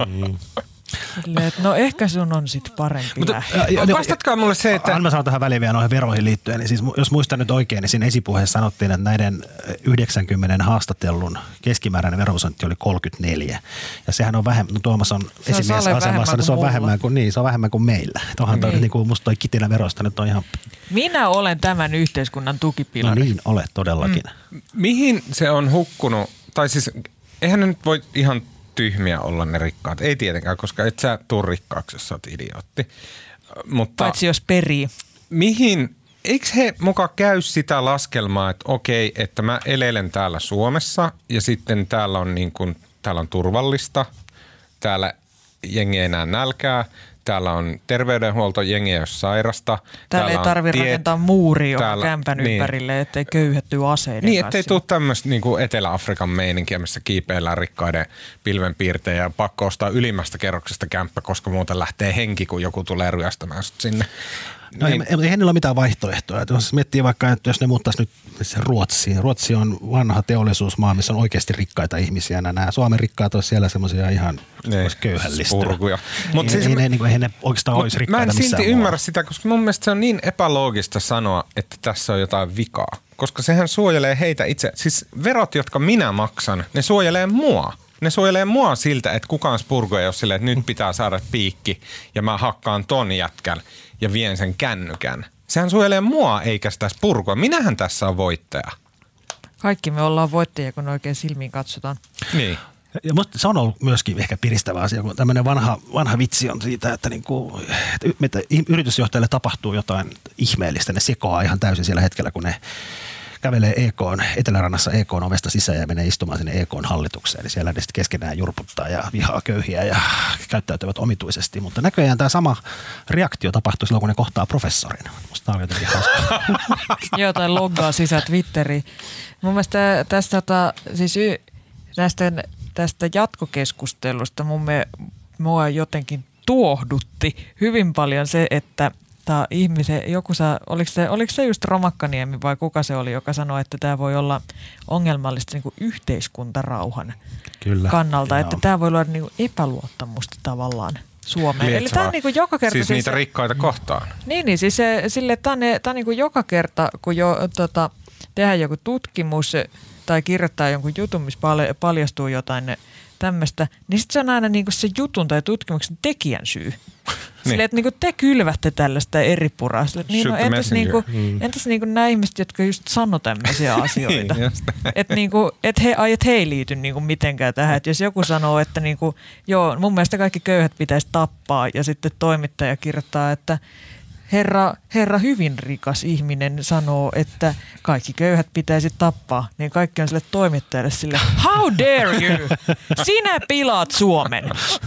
Silleen, että no ehkä sun on sit parempi Mutta, lähteä. vastatkaa mulle se, että... Anna sanoa tähän väliin vielä noihin veroihin liittyen. Niin siis, jos muistan nyt oikein, niin siinä esipuheessa sanottiin, että näiden yhdeksänkymmentä haastatellun keskimääräinen veroprosentti oli kolmekymmentäneljä. Ja sehän on vähemmän, no Tuomas on esimiesasemassa, niin se on vähemmän kuin, niin, se on vähemmän kuin meillä. Onhan niin. toi, niin kuin musta toi kitinä verosta nyt on ihan... Minä olen tämän yhteiskunnan tukipilari. No niin, olet todellakin. Mm. Mihin se on hukkunut, tai siis eihän ne nyt voi ihan tyhmiä olla ne rikkaat. Ei tietenkään, koska et sä tuu rikkaaksi, jos sä oot idiootti. Mutta paitsi jos perii. Mihin, eikö he muka käy sitä laskelmaa, että okei, että mä eleilen täällä Suomessa ja sitten täällä on, niin kuin, täällä on turvallista, täällä jengi ei näe nälkää, täällä on terveydenhuolto, jengi ei ole sairasta. Täällä, täällä ei tarvitse rakentaa muuria täällä, kämpän niin. ympärille, ettei köyhätty aseiden Niin, kanssa. ettei tule tämmöistä niin kuin Etelä-Afrikan meininkiä, missä kiipeillään rikkaiden pilvenpiirtejä ja pakko ostaa ylimmästä kerroksesta kämppä, koska muuten lähtee henki, kun joku tulee ryöstämään sut sinne. No niin. ei, ei hänellä ole mitään vaihtoehtoja. Että jos miettii vaikka, että jos ne muuttaisi nyt Ruotsiin. Ruotsi on vanha teollisuusmaa, missä on oikeasti rikkaita ihmisiä. Nämä Suomen rikkaat olisi siellä semmoisia ihan köyhällistä. Mutta siis, ei, niin eihän ne oikeastaan olisi rikkaita missään. Mä en silti ymmärrä sitä, koska mun mielestä se on niin epäloogista sanoa, että tässä on jotain vikaa. Koska sehän suojelee heitä itse. Siis verot, jotka minä maksan, ne suojelee mua. Ne suojelee mua siltä, että kukaan spurgo ei ole silleen, että nyt pitää saada piikki ja mä hakkaan ton jätkän ja vien sen kännykän. Sehän suojelee mua eikä sitä spurgoa. Minähän tässä on voittaja. Kaikki me ollaan voittajia, kun oikein silmiin katsotaan. Niin. Ja musta se on ollut myöskin ehkä piristävä asia, kun tämmöinen vanha, vanha vitsi on siitä, että, niinku, että yritysjohtajille tapahtuu jotain ihmeellistä. Ne sekoaa ihan täysin siellä hetkellä, kun ne kävelee E K:n, Etelärannassa E K:n ovesta sisään ja menee istumaan sinne E K:n hallitukseen. Eli siellä ne sitten keskenään jurputtaa ja vihaa köyhiä ja käyttäytyvät omituisesti. Mutta näköjään tämä sama reaktio tapahtuu silloin, kun ne kohtaa professorin. Musta tämä on jotenkin hauska. Joo, tai loggaa sisään Twitteriin. Mun mielestä tästä, tota, siis y, tästä, tästä jatkokeskustelusta mun me, mua jotenkin tuohdutti hyvin paljon se, että tämä ihmisen, joku saa, oliko se, oliko se just Romakkaniemi vai kuka se oli, joka sanoi, että tämä voi olla ongelmallista niin kuin yhteiskuntarauhan Kyllä, kannalta, joo. Että tämä voi luoda niin kuin epäluottamusta tavallaan Suomeen. Eli tämä on niin kuin joka kerta. Siis siis niitä se, rikkaita kohtaan. Niin, niin siis se, sille, tämä on, tämä on niin kuin joka kerta, kun jo, tota, tehdään joku tutkimus tai kirjoittaa jonkun jutun, missä paljastuu jotain tämmöistä, niin sitten se on aina niin kuin se jutun tai tutkimuksen tekijän syy. Silleen, että niinku te kylvätte tällaista eri puraa. Silleen, niin no, entäs niinku, mm. entäs niinku nämä ihmiset, jotka just sanoo tämmöisiä asioita? Että niinku, et he, et he ei liity niinku mitenkään tähän. Et jos joku sanoo, että niinku, joo, mun mielestä kaikki köyhät pitäisi tappaa ja sitten toimittaja kirjoittaa, että herra, herra hyvin rikas ihminen sanoo, että kaikki köyhät pitäisi tappaa, niin kaikki on sille toimittajalle sille, how dare you? Sinä pilaat Suomen.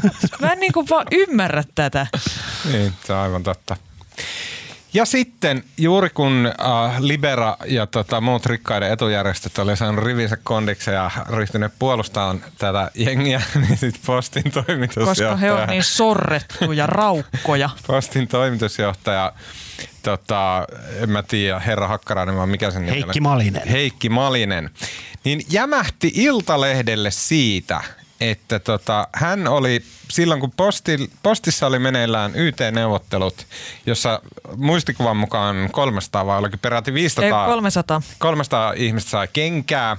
Mä en niin kuin vaan ymmärrä tätä. Niin, se on aivan totta. Ja sitten juuri kun äh, Libera ja tota, muut rikkaiden etujärjestöt oli saanut rivinsä kondiksen ja ryhtyneet puolustamaan tätä jengiä, niin sitten Postin toimitusjohtaja... Koska he on niin sorrettuja raukkoja. Postin toimitusjohtaja, tota, en mä tiedä, herra Hakkarainen, vaan mikä sen nimi on? Heikki Malinen. Heikki Malinen. Niin jämähti Iltalehdelle siitä, että tota, hän oli silloin, kun posti, postissa oli meneillään Y T-neuvottelut, jossa muistikuvan mukaan kolmesataa vai olikin peräti viisisataa, kolmesataa. kolmesataa ihmistä sai kenkää,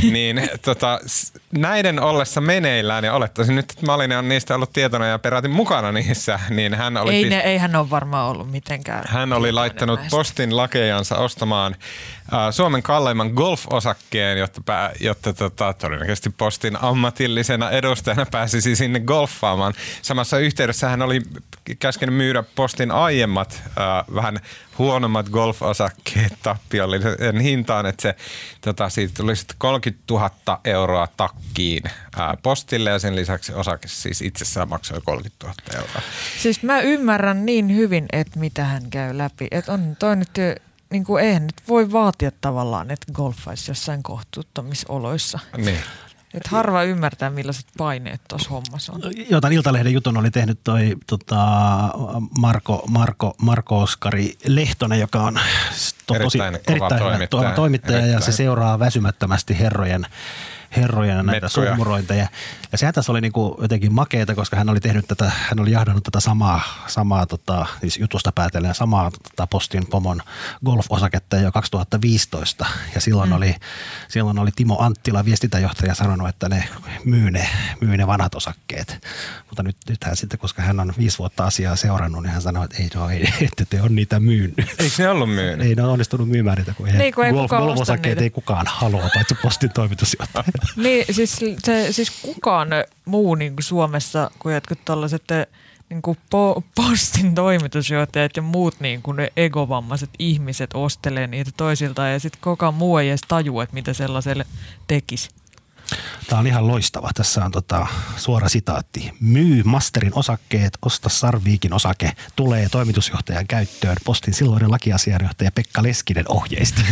niin tota, näiden ollessa meneillään, ja olettaisin nyt, että Malinen on niistä ollut tietona ja peräti mukana niissä, niin hän oli... Ei, pist- ne, ei hän ole varmaan ollut mitenkään. Hän oli laittanut näistä Postin lakejansa ostamaan äh, Suomen kalleimman golf-osakkeen, jotta, pää, jotta tota, todennäköisesti Postin ammatillisena edustajana pääsisi sinne golfaamaan. Samassa yhteydessä hän oli käskenyt myydä Postin aiemmat äh, vähän huonommat golf-osakkeet tappiollisen hintaan, että se, tota, siitä tuli sitten kolmekymmentätuhatta euroa takkiin ää, Postille ja sen lisäksi osake siis itsessään maksoi kolmekymmentätuhatta euroa. Siis mä ymmärrän niin hyvin, että mitä hän käy läpi. Että on toi nyt, niin kuin eihän nyt voi vaatia tavallaan, että golfaisi jossain kohtuuttomissa oloissa. Niin. Että harva ymmärtää, millaiset paineet tuossa hommassa on. Jotain Iltalehden jutun oli tehnyt toi tota, Marko, Marko, Marko Oskari Lehtonen, joka on to, tosi erittäin, erittäin hyvä toimittaja, toimittaja erittäin. Ja se seuraa väsymättömästi herrojen herrojen näitä suhmurointeja. Ja sehän tässä oli niinku jotenkin makeeta, koska hän oli tehnyt tätä, hän oli jahdannut tätä samaa, samaa tota, siis jutusta päätellen samaa tota Postin pomon golf-osaketta jo kaksituhattaviisitoista. Ja silloin, mm. oli, silloin oli Timo Anttila, viestintäjohtaja, sanonut, että ne myy ne, myy ne vanhat osakkeet. Mutta nyt, nythän sitten, koska hän on viisi vuotta asiaa seurannut, niin hän sanoi, että ei, no, ei ette te ole niitä myynyt. Eikö ne ollut myynyt? Ei ne ole onnistunut myymään niitä, kun, niin, kun ei golf, golf-osakkeet ei kukaan halua, paitsi Postin toimitusjohtaja. Niin, siis, se, siis kukaan muu niin kuin Suomessa, kuin jotkut tällaiset niin kuin po, Postin toimitusjohtajat ja muut niin kuin ne egovammaiset ihmiset ostelee niitä toisiltaan ja sitten kukaan muu ei edes tajua, että mitä sellaiselle tekisi. Tämä on ihan loistava. Tässä on tota, suora sitaatti. Myy Masterin osakkeet, osta Sarviikin osake, tulee toimitusjohtajan käyttöön. Postin silloinen lakiasiainjohtaja Pekka Leskinen ohjeisti.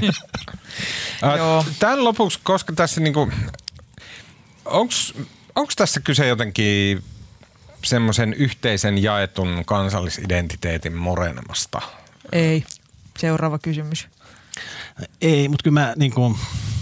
Tämän lopuksi, koska tässä niinku, onko tässä kyse jotenkin semmoisen yhteisen jaetun kansallisidentiteetin morenemasta? Ei. Seuraava kysymys. Ei, mutta kyllä mä niinku...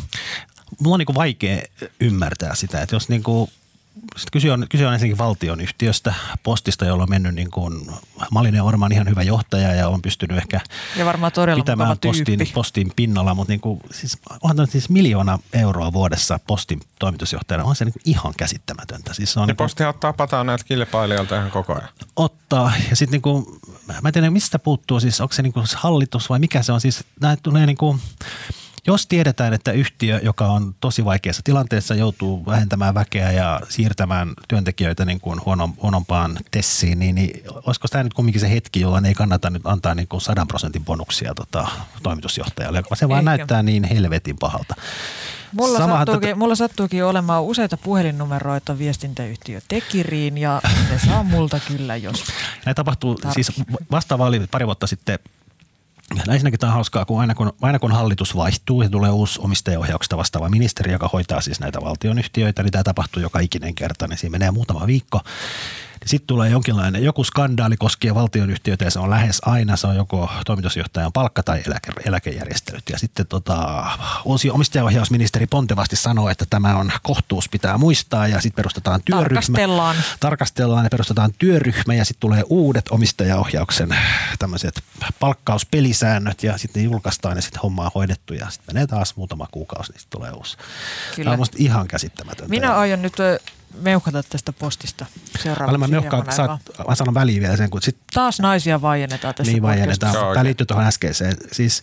Mulla on niin kuin vaikea ymmärtää sitä, että jos niin kuin, kyse on, kyse on ensinnäkin valtionyhtiöstä, Postista, jolla on mennyt niin kuin, Malinen Orma on ihan hyvä johtaja ja on pystynyt ehkä ja varmaan todella pitämään postin, postin pinnalla, mutta niin kuin, siis, onhan siis miljoona euroa vuodessa Postin toimitusjohtajana, on se niin kuin ihan käsittämätöntä. Siis on ja niin kuin, Posti ottaa pataa näitä kilpailijoilta ihan koko ajan. Ottaa ja sitten niin kuin, mä en tiedä mistä puuttuu, siis onko se niin kuin hallitus vai mikä se on, siis näitä tulee niin kuin, jos tiedetään, että yhtiö, joka on tosi vaikeassa tilanteessa, joutuu vähentämään väkeä ja siirtämään työntekijöitä niin kuin huono, huonompaan tessiin, niin, niin olisiko tämä nyt kumminkin se hetki, jolloin ei kannata nyt antaa niin kuin sadan prosentin bonuksia tota, toimitusjohtajalle, se vaan Eikä. näyttää niin helvetin pahalta. Mulla sattuukin, mulla sattuukin olemaan useita puhelinnumeroita viestintäyhtiö Tekiriin ja ne saa multa kyllä jos. Näin tapahtuu, tarkki. Siis vastaava oli pari vuotta sitten. Ensinnäkin tämä on hauskaa, kun aina, kun aina kun hallitus vaihtuu ja tulee uusi omistajaohjauksesta vastaava ministeri, joka hoitaa siis näitä valtionyhtiöitä, niin tämä tapahtuu joka ikinen kerta, niin siinä menee muutama viikko. Sitten tulee jonkinlainen joku skandaali koskien valtionyhtiöitä ja se on lähes aina, se on joko toimitusjohtajan palkka tai eläke, eläkejärjestelyt. Ja sitten tota, uusi omistajaohjausministeri pontevasti sanoo, että tämä on kohtuus pitää muistaa ja sitten perustetaan työryhmä. Tarkastellaan. Tarkastellaan ja perustetaan työryhmä ja sitten tulee uudet omistajaohjauksen tämmöiset palkkauspelisäännöt ja sitten ne julkaistaan ja sitten homma on hoidettu ja sitten menee taas muutama kuukausi, niin sitten tulee uusi. Kyllä. Tämä on musta ihan käsittämätöntä. Minä aion nyt meuhkata tästä Postista seuraavaksi. Mä, meuhkaan, saat, mä sanon väliin vielä sen, kun sit... Taas naisia vaiennetaan tässä niin, vaiennetaan. Tämä liittyy tuohon äskeiseen. Siis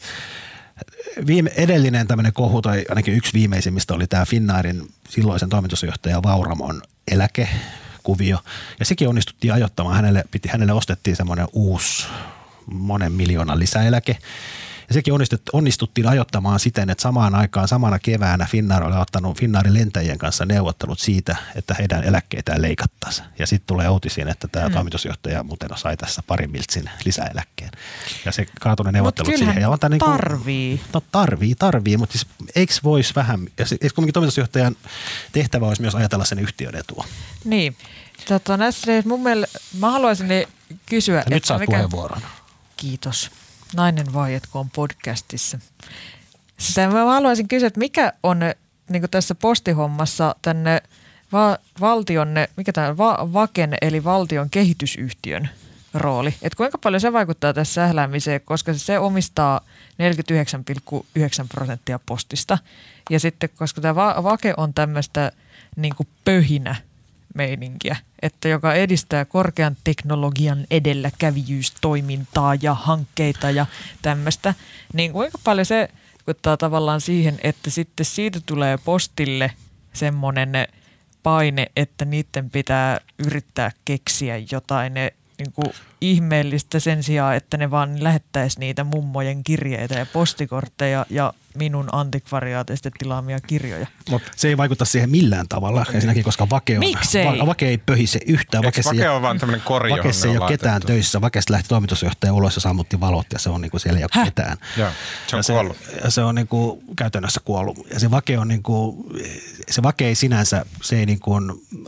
viime, edellinen tämmöinen kohu, tai ainakin yksi viimeisimmistä, oli tämä Finnairin silloisen toimitusjohtaja Vauramon eläkekuvio. Ja sekin onnistuttiin ajoittamaan. Hänelle, piti, hänelle ostettiin semmoinen uusi monen miljoonan lisäeläke. Ja sekin onnistuttiin ajoittamaan siten, että samaan aikaan, samana keväänä Finnair oli ottanut Finnairin lentäjien kanssa neuvottelut siitä, että heidän eläkkeitään leikattaisiin. Ja sitten tulee uutisiin, että tämä mm. toimitusjohtaja muuten sai tässä parin miltsin lisäeläkkeen. Ja se kaatui ne neuvottelut Mut siihen. Ja on niin kuin, tarvii. No tarvii, tarvii, mutta siis eikö voisi vähän, ja eikö kuitenkin toimitusjohtajan tehtävä olisi myös ajatella sen yhtiön etua? Niin. Tota, näissä, mun mielestä, mä haluaisin kysyä. Ja nyt saat mikä... puheenvuoron. Kiitos. Nainen vaietko on podcastissa. Sitä mä haluaisin kysyä, että mikä on niin kuin tässä postihommassa tänne va- valtion, mikä tämä va- Vaken eli valtion kehitysyhtiön rooli. Että kuinka paljon se vaikuttaa tässä sähläämiseen, koska se omistaa neljäkymmentäyhdeksän pilkku yhdeksän prosenttia postista. Ja sitten, koska tämä Vake on tämmöistä niin kuin pöhinä meininkiä, että joka edistää korkean teknologian edelläkävijyystoimintaa ja hankkeita ja tämmöistä, niin kuinka paljon se vaikuttaa tavallaan siihen, että sitten siitä tulee postille semmoinen paine, että niiden pitää yrittää keksiä jotain ne, niin kuin ihmeellistä sen sijaan, että ne vaan lähettäisi niitä mummojen kirjeitä ja postikortteja ja minun antikvariaatista tilaamia kirjoja. Mut se ei vaikuta siihen millään tavalla, ensinnäkin, koska Vake, on, va, Vake ei pöhise yhtään. Vake, Vake on vaan tämmöinen kori, johon Vakessa ei ole ketään laitettu töissä. Vakesta lähti toimitusjohtaja ulos ja sammutti valot ja se on niinku, siellä ei ole Häh? ketään. Joo, se on ja kuollut. Se, ja se on niinku, käytännössä kuollut. Ja se Vake on niinku, se Vake ei sinänsä, se ei niinku,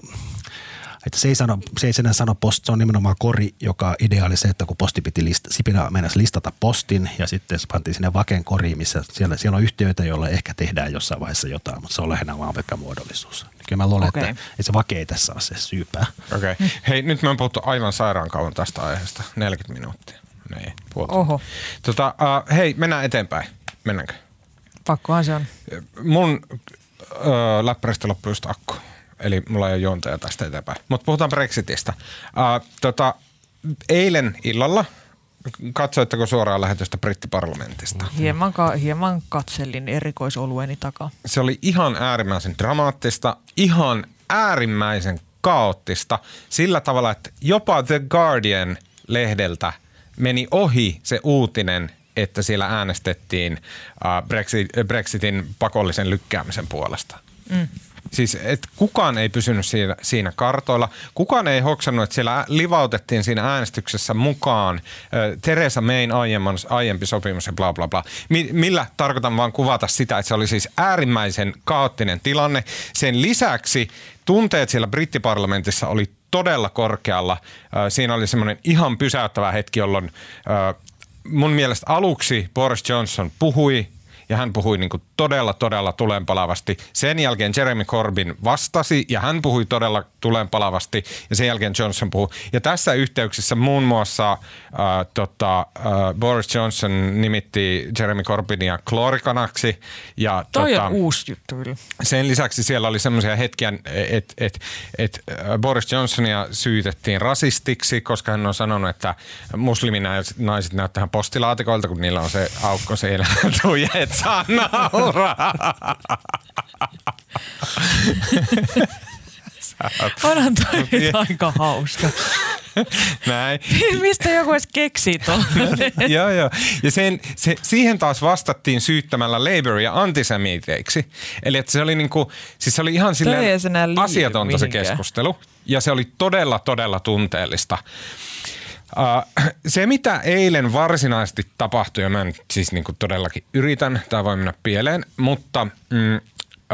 että se ei, sano, se ei enää sano post, se on nimenomaan kori, joka ideaali se, että kun posti piti lista, Sipilä mennäisi listata postin ja sitten se pantiin sinne Vaken koriin, missä siellä, siellä on yhtiöitä, joilla ehkä tehdään jossain vaiheessa jotain, mutta se on lähinnä vaan pelkkä muodollisuus. Kyllä mä luulen, okay. että, että se Vake ei tässä ole se syypää. Okei. Okay. Hei, nyt me on puhuttu aivan sairaan kauan tästä aiheesta. neljäkymmentä minuuttia. Ei, puolta. Oho. Tota, uh, hei, mennään eteenpäin. Mennäänkö? Pakkohan se on. Mun uh, läppäristä loppui just akku. Eli mulla ei ole juontaja tästä eteenpäin. Mutta puhutaan Brexitistä. Uh, tota, eilen illalla, katsoitteko suoraan lähetystä brittiparlamentista? Hieman, ka- hieman katselin erikoisolueni takaa. Se oli ihan äärimmäisen dramaattista, ihan äärimmäisen kaoottista. Sillä tavalla, että jopa The Guardian-lehdeltä meni ohi se uutinen, että siellä äänestettiin uh, Brexit, Brexitin pakollisen lykkäämisen puolesta. Mm. Siis, että kukaan ei pysynyt siinä, siinä kartoilla. Kukaan ei hoksannut, että siellä livautettiin siinä äänestyksessä mukaan äh, Theresa Mayn aiemman, aiempi sopimus ja bla bla bla. Mi- millä tarkoitan vaan kuvata sitä, että se oli siis äärimmäisen kaoottinen tilanne. Sen lisäksi tunteet siellä brittiparlamentissa oli todella korkealla. Äh, siinä oli semmoinen ihan pysäyttävä hetki, jolloin äh, mun mielestä aluksi Boris Johnson puhui, ja hän puhui niin kuin todella, todella tulenpalavasti. Sen jälkeen Jeremy Corbyn vastasi ja hän puhui todella tulenpalavasti ja sen jälkeen Johnson puhui. Ja tässä yhteyksissä muun muassa äh, tota, äh, Boris Johnson nimitti Jeremy Corbynia kloorikanaksi. Ja, Toi tota, on uusi juttu. Sen lisäksi siellä oli semmoisia hetkiä, että et, et Boris Johnsonia syytettiin rasistiksi, koska hän on sanonut, että musliminaiset näyttää postilaatikoilta, kun niillä on se aukko siellä tujet. Saa nauraa. Onhan toi nyt aika hauska. Näin. Mistä joku edes keksii tuolla? Joo, joo. Ja sen, se, siihen taas vastattiin syyttämällä Labouria antisemiteiksi. Eli että se oli niinku, siis se oli ihan silleen asiatonta mihinkään. Se keskustelu. Ja se oli todella, todella tunteellista. Uh, se, mitä eilen varsinaisesti tapahtui, ja mä nyt siis niin kuin todellakin yritän, tämä voi mennä pieleen, mutta mm, uh,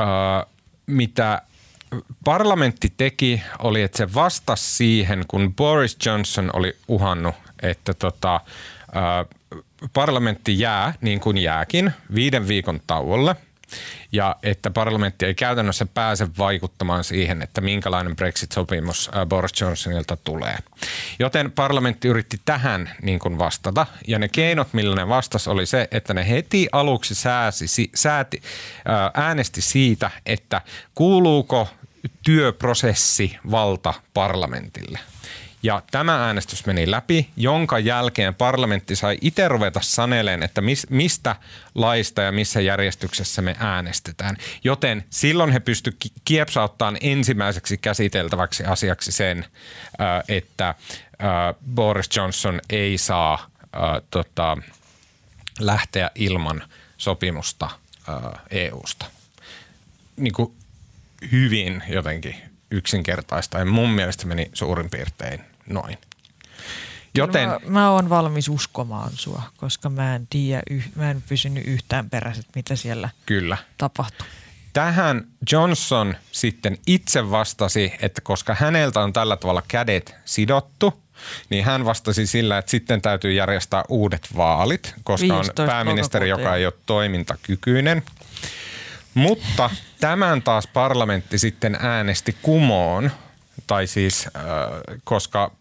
mitä parlamentti teki, oli, että se vastasi siihen, kun Boris Johnson oli uhannut, että tota, uh, parlamentti jää, niin kuin jääkin, viiden viikon tauolle. Ja että parlamentti ei käytännössä pääse vaikuttamaan siihen, että minkälainen Brexit-sopimus Boris Johnsonilta tulee. Joten parlamentti yritti tähän niin kuin vastata. Ja ne keinot, millä ne vastasi, oli se, että ne heti aluksi sääsi, sääti, äänesti siitä, että kuuluuko työprosessi valta parlamentille. Ja tämä äänestys meni läpi, jonka jälkeen parlamentti sai itse ruveta saneleen, että mis, mistä laista ja missä järjestyksessä me äänestetään. Joten silloin he pystyivät kiepsauttamaan ensimmäiseksi käsiteltäväksi asiaksi sen, että Boris Johnson ei saa tota, lähteä ilman sopimusta E U:sta. Niin kuin hyvin jotenkin yksinkertaista ja mun mielestä meni suurin piirtein noin. Joten mä, mä oon valmis uskomaan sua, koska mä en tiedä, mä en pysynyt yhtään peräiset, mitä siellä kyllä tapahtui. Tähän Johnson sitten itse vastasi, että koska häneltä on tällä tavalla kädet sidottu, niin hän vastasi sillä, että sitten täytyy järjestää uudet vaalit, koska on pääministeri, joka ei ole toimintakykyinen. Mutta tämän taas parlamentti sitten äänesti kumoon, tai siis äh, koska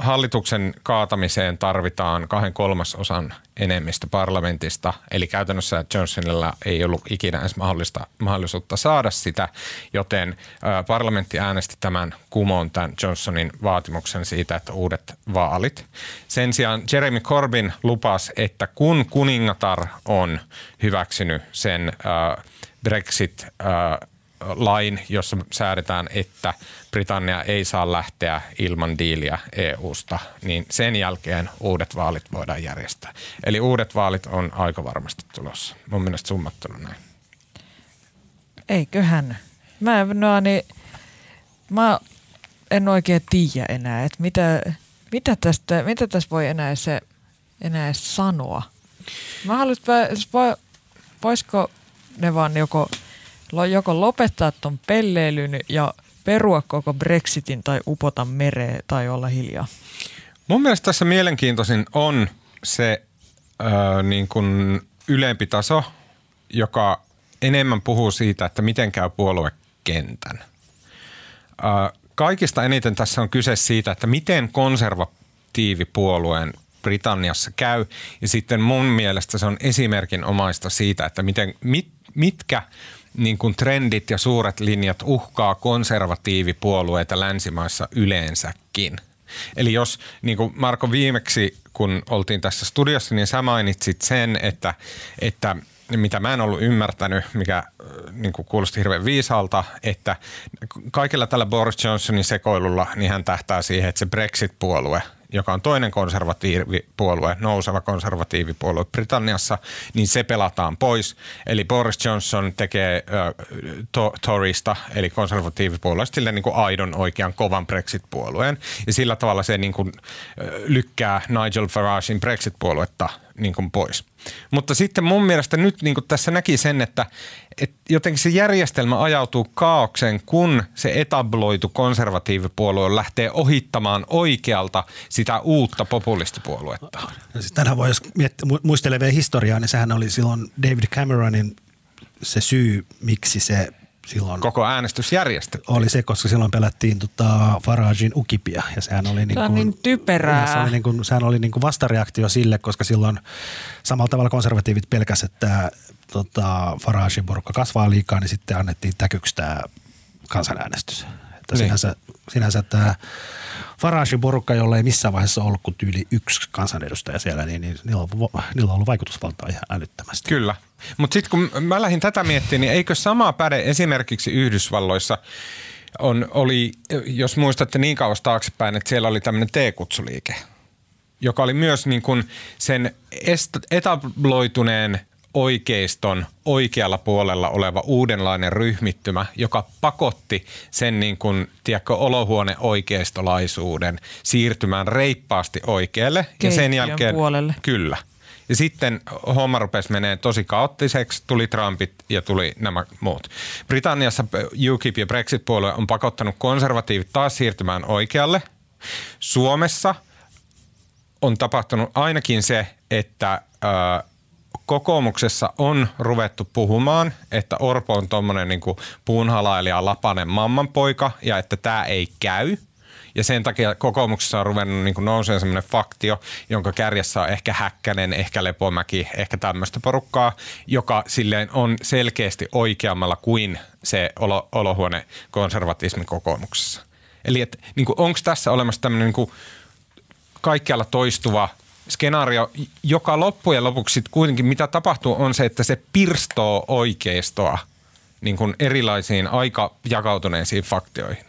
hallituksen kaatamiseen tarvitaan kahden kolmasosan enemmistö parlamentista, eli käytännössä Johnsonilla ei ollut ikinä edes mahdollista, mahdollisuutta saada sitä, joten ää, parlamentti äänesti tämän kumoon tämän Johnsonin vaatimuksen siitä, että uudet vaalit. Sen sijaan Jeremy Corbyn lupasi, että kun kuningatar on hyväksynyt sen ää, Brexit ää, lain, jossa säädetään, että Britannia ei saa lähteä ilman diiliä E U:sta, niin sen jälkeen uudet vaalit voidaan järjestää. Eli uudet vaalit on aika varmasti tulossa. Mun mielestä summattuna näin. Eiköhän. Mä, no, niin, mä en oikein tiedä enää, että mitä, mitä, tästä, mitä tässä voi enää, se, enää sanoa. Mä haluaisin, voisiko ne vaan joko joko lopettaa ton pelleilyn ja perua koko Brexitin tai upota mereen tai olla hiljaa? Mun mielestä tässä mielenkiintoisin on se äh, niin kuin ylempi taso, joka enemmän puhuu siitä, että miten käy puoluekentän. Äh, kaikista eniten tässä on kyse siitä, että miten konservatiivipuolueen Britanniassa käy, ja sitten mun mielestä se on esimerkinomaista siitä, että miten, mit, mitkä niin kuin trendit ja suuret linjat uhkaa konservatiivipuolueita länsimaissa yleensäkin. Eli jos, niin kuin Marko viimeksi, kun oltiin tässä studiossa, niin sä mainitsit sen, että, että mitä mä en ollut ymmärtänyt, mikä niin kuin kuulosti hirveän viisaalta, että kaikella tällä Boris Johnsonin sekoilulla niin hän tähtää siihen, että se Brexit-puolue, joka on toinen konservatiivipuolue, nouseva konservatiivipuolue Britanniassa, niin se pelataan pois. Eli Boris Johnson tekee äh, to- Torysta, eli konservatiivipuolueesta, sille niin kuin aidon oikean kovan Brexit-puolueen. Ja sillä tavalla se niin kuin, äh, lykkää Nigel Faragein Brexit-puoluetta niin kuin pois. Mutta sitten mun mielestä nyt niin kuin tässä näki sen, että, että jotenkin se järjestelmä ajautuu kaaukseen, kun se etabloitu konservatiivipuolue lähtee ohittamaan oikealta sitä uutta populistipuoluetta. Tänään voi, jos miettiä, muistelee vielä historiaa, niin sehän oli silloin David Cameronin se syy, miksi se silloin koko äänestys järjestettiin. Oli se, koska silloin pelättiin tota Faragein ukipia ja sehän oli niin, kuin, niin typerää. Se oli niin kuin, sehän oli niin kuin vastareaktio sille, koska silloin samalla tavalla konservatiivit pelkäsivät, että tota, Faragein porukka kasvaa liikaa, niin sitten annettiin täkyksi tämä kansanäänestys. Että niin. sinänsä, sinänsä tämä Faragein porukka, jolla ei missään vaiheessa ollut kuin tyyli yksi kansanedustaja siellä, niin, niin niillä, on, niillä on ollut vaikutusvaltaa ihan älyttömästi. Kyllä. Mutta sitten kun mä lähdin tätä miettimään, niin eikö sama päde esimerkiksi Yhdysvalloissa on, oli, jos muistatte niin kauas taaksepäin, että siellä oli tämmöinen T-kutsuliike, joka oli myös niin kuin sen etabloituneen oikeiston oikealla puolella oleva uudenlainen ryhmittymä, joka pakotti sen niin kuin, tiedätkö, olohuone-oikeistolaisuuden siirtymään reippaasti oikealle. Keittiön ja sen jälkeen puolelle. Kyllä. Ja sitten homma rupesi menee tosi kaoottiseksi, tuli Trumpit ja tuli nämä muut. Britanniassa U K I P ja Brexit-puolue on pakottanut konservatiivit taas siirtymään oikealle. Suomessa on tapahtunut ainakin se, että Ää, kokoomuksessa on ruvettu puhumaan, että Orpo on tuommoinen niin kuin puunhalailija lapanen mammanpoika ja että tämä ei käy. Ja sen takia kokoomuksessa on ruvennut niin kuin nousemaan semmoinen faktio, jonka kärjessä on ehkä Häkkänen, ehkä Lepomäki, ehkä tämmöistä porukkaa, joka silleen on selkeästi oikeammalla kuin se olo, olohuone konservatismi kokoomuksessa. Eli niin onko tässä olemassa tämmöinen niin kuin kaikkialla toistuva skenaario, joka loppujen lopuksi sit kuitenkin mitä tapahtuu on se, että se pirstoo oikeistoa niin kuin erilaisiin aika jakautuneisiin faktioihin.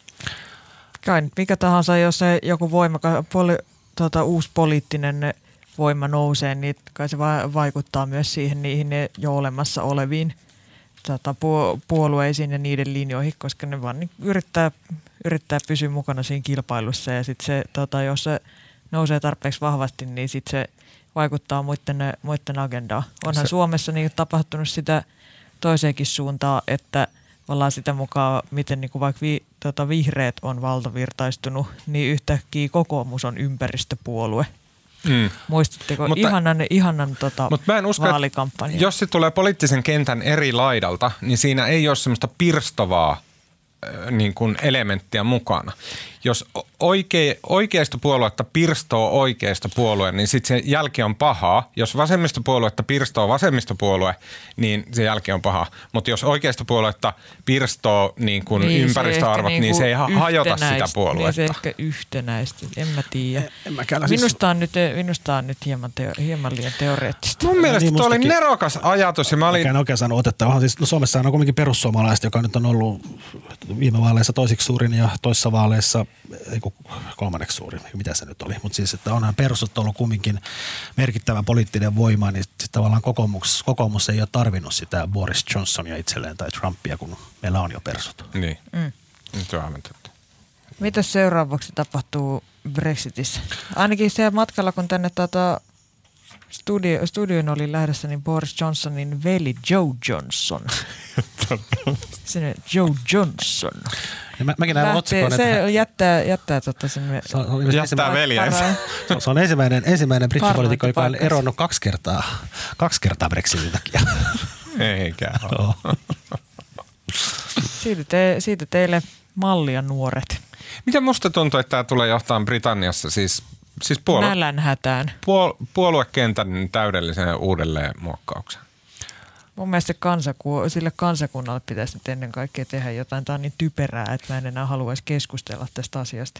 Kai nyt mikä tahansa, jos se joku voimakas, poli, tota, uusi poliittinen voima nousee, niin kai se va- vaikuttaa myös siihen niihin jo olemassa oleviin tota, puolueisiin ja niiden linjoihin, koska ne vaan niin yrittää, yrittää pysyä mukana siinä kilpailussa ja sitten se, tota, jos se nousee tarpeeksi vahvasti, niin sitten se vaikuttaa muiden, muiden agendaan. Onhan se Suomessa niin tapahtunut sitä toiseenkin suuntaan, että ollaan sitä mukaan, miten niin kuin vaikka vi, tota, vihreät on valtavirtaistunut, niin yhtäkkiä kokoomus on ympäristöpuolue. Mm. Muistatteko mutta, ihanan, ihanan tota, mutta mä en usko, vaalikampanjaa? Jos se tulee poliittisen kentän eri laidalta, niin siinä ei ole semmoista pirstovaa niin kuin elementtiä mukana. Jos oikea, oikeistopuoluetta pirstoo oikeistopuolue, niin sitten se jälki on pahaa. Jos vasemmistopuoluetta pirstoo vasemmistopuolue, niin se jälki on pahaa. Mutta jos oikeistopuoluetta pirstoo niin kuin niin ympäristöarvot, niin, niin se ei hajota sitä puoluetta. Niin se ehkä yhtenäistä, en mä tiedä. En, en minusta, on nyt, minusta on nyt hieman, teo, hieman liian teoreettista. Mun mielestä niin, tuo oli nerokas ajatus. Ja mä olin... En oikein saanut otetta. Siis, no Suomessa on kuitenkin perussuomalaiset, joka nyt on ollut viime vaaleissa toisiksi suurin ja toisissa vaaleissa ei kolmanneksi suurin, mitä se nyt oli. Mutta siis, että onhan perussuomalaiset ollut kumminkin merkittävä poliittinen voima, niin sitten tavallaan kokoomus, kokoomus ei ole tarvinnut sitä Boris Johnsonia itselleen tai Trumpia, kun meillä on jo persut. Niin, mm. nyt on aivan totta. Mitäs seuraavaksi tapahtuu Brexitissä? Ainakin siellä matkalla, kun tänne tota studio, studioon oli lähdössä, niin Boris Johnsonin veli Joe Johnson. Sinne Joe Johnson. Ja mä, mäkin näin otsikon, se että jättää, jättää, tota sen, se on, jättää veljensä. Se, se on ensimmäinen, ensimmäinen brittipoliitikko, joka on eronnut kaksi kertaa, kaksi kertaa Brexitin takia. Eikä ole. Siitä, te, siitä teille mallia nuoret. Miten musta tuntuu, että tämä tulee johtamaan Britanniassa siis, siis puolue, nälänhätään. Puol, puoluekentän täydelliseen uudelleen muokkaukseen? Mun mielestä kansaku- sille kansakunnalle pitäisi nyt ennen kaikkea tehdä jotain. Tämä on niin typerää, että mä en enää haluaisi keskustella tästä asiasta.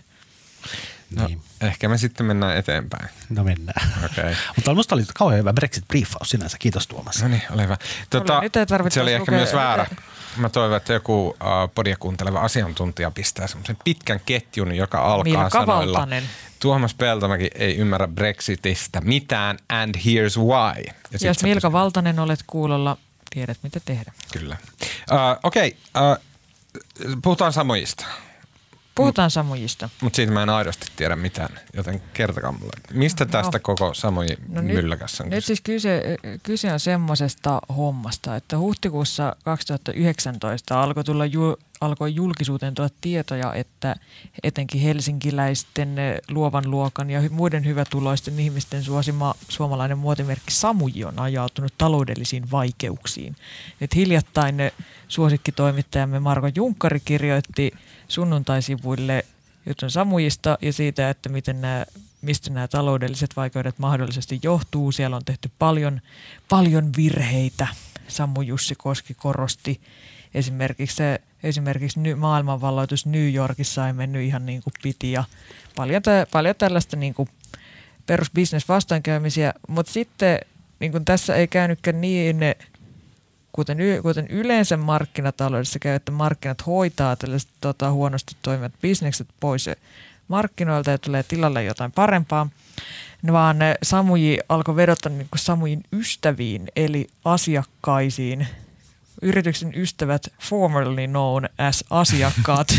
No, niin. Ehkä me sitten mennään eteenpäin. No mennään. Okay. Mutta minusta oli kauhean hyvä Brexit-briefaus sinänsä. Kiitos Tuomas. No niin, ole hyvä. Tota, oli, nyt ei se oli ehkä lukea, myös väärä. Mä toivon, että joku uh, podia kuunteleva asiantuntija pistää semmoisen pitkän ketjun, joka alkaa Milka sanoilla Valtanen. Tuomas Peltomäki ei ymmärrä Brexitistä mitään and here's why. Ja jos Milka pystyy. Valtanen olet kuulolla, tiedät mitä tehdä. Kyllä. Uh, Okei, okay, uh, puhutaan Samujista. Puhutaan Samujista. Mutta siitä mä en aidosti tiedä mitään, joten kertokaa mulle. Mistä tästä no, koko Samuji no mylläkässä on nyt, nyt siis kyse, kyse on semmoisesta hommasta, että huhtikuussa kaksituhattayhdeksäntoista alkoi, tulla, alkoi julkisuuteen tulla tietoja, että etenkin helsinkiläisten luovan luokan ja muiden hyvätuloisten ihmisten suosima suomalainen muotimerkki Samuji on ajautunut taloudellisiin vaikeuksiin. Et hiljattain suosikkitoimittajamme Marko Junkkari kirjoitti sunnuntaisivuille jutun Samujista ja siitä, että miten nämä, mistä nämä taloudelliset vaikeudet mahdollisesti johtuu. Siellä on tehty paljon, paljon virheitä. Samu Jussi Koski korosti esimerkiksi se, esimerkiksi maailmanvalloitus New Yorkissa ei mennyt ihan niin kuin piti ja paljon, tä, paljon tällaista niin kuin perusbisnesvastoinkäymisiä, mutta sitten niin kuin tässä ei käynytkään niin, Kuten, kuten yleensä markkinataloudessa käy, että markkinat hoitaa tällaiset tota, huonosti toimivat bisnekset pois markkinoilta ja tulee tilalle jotain parempaa, vaan Samuji alkoi vedota niin kuin Samujin ystäviin eli asiakkaisiin. Yrityksen ystävät, formerly known as asiakkaat,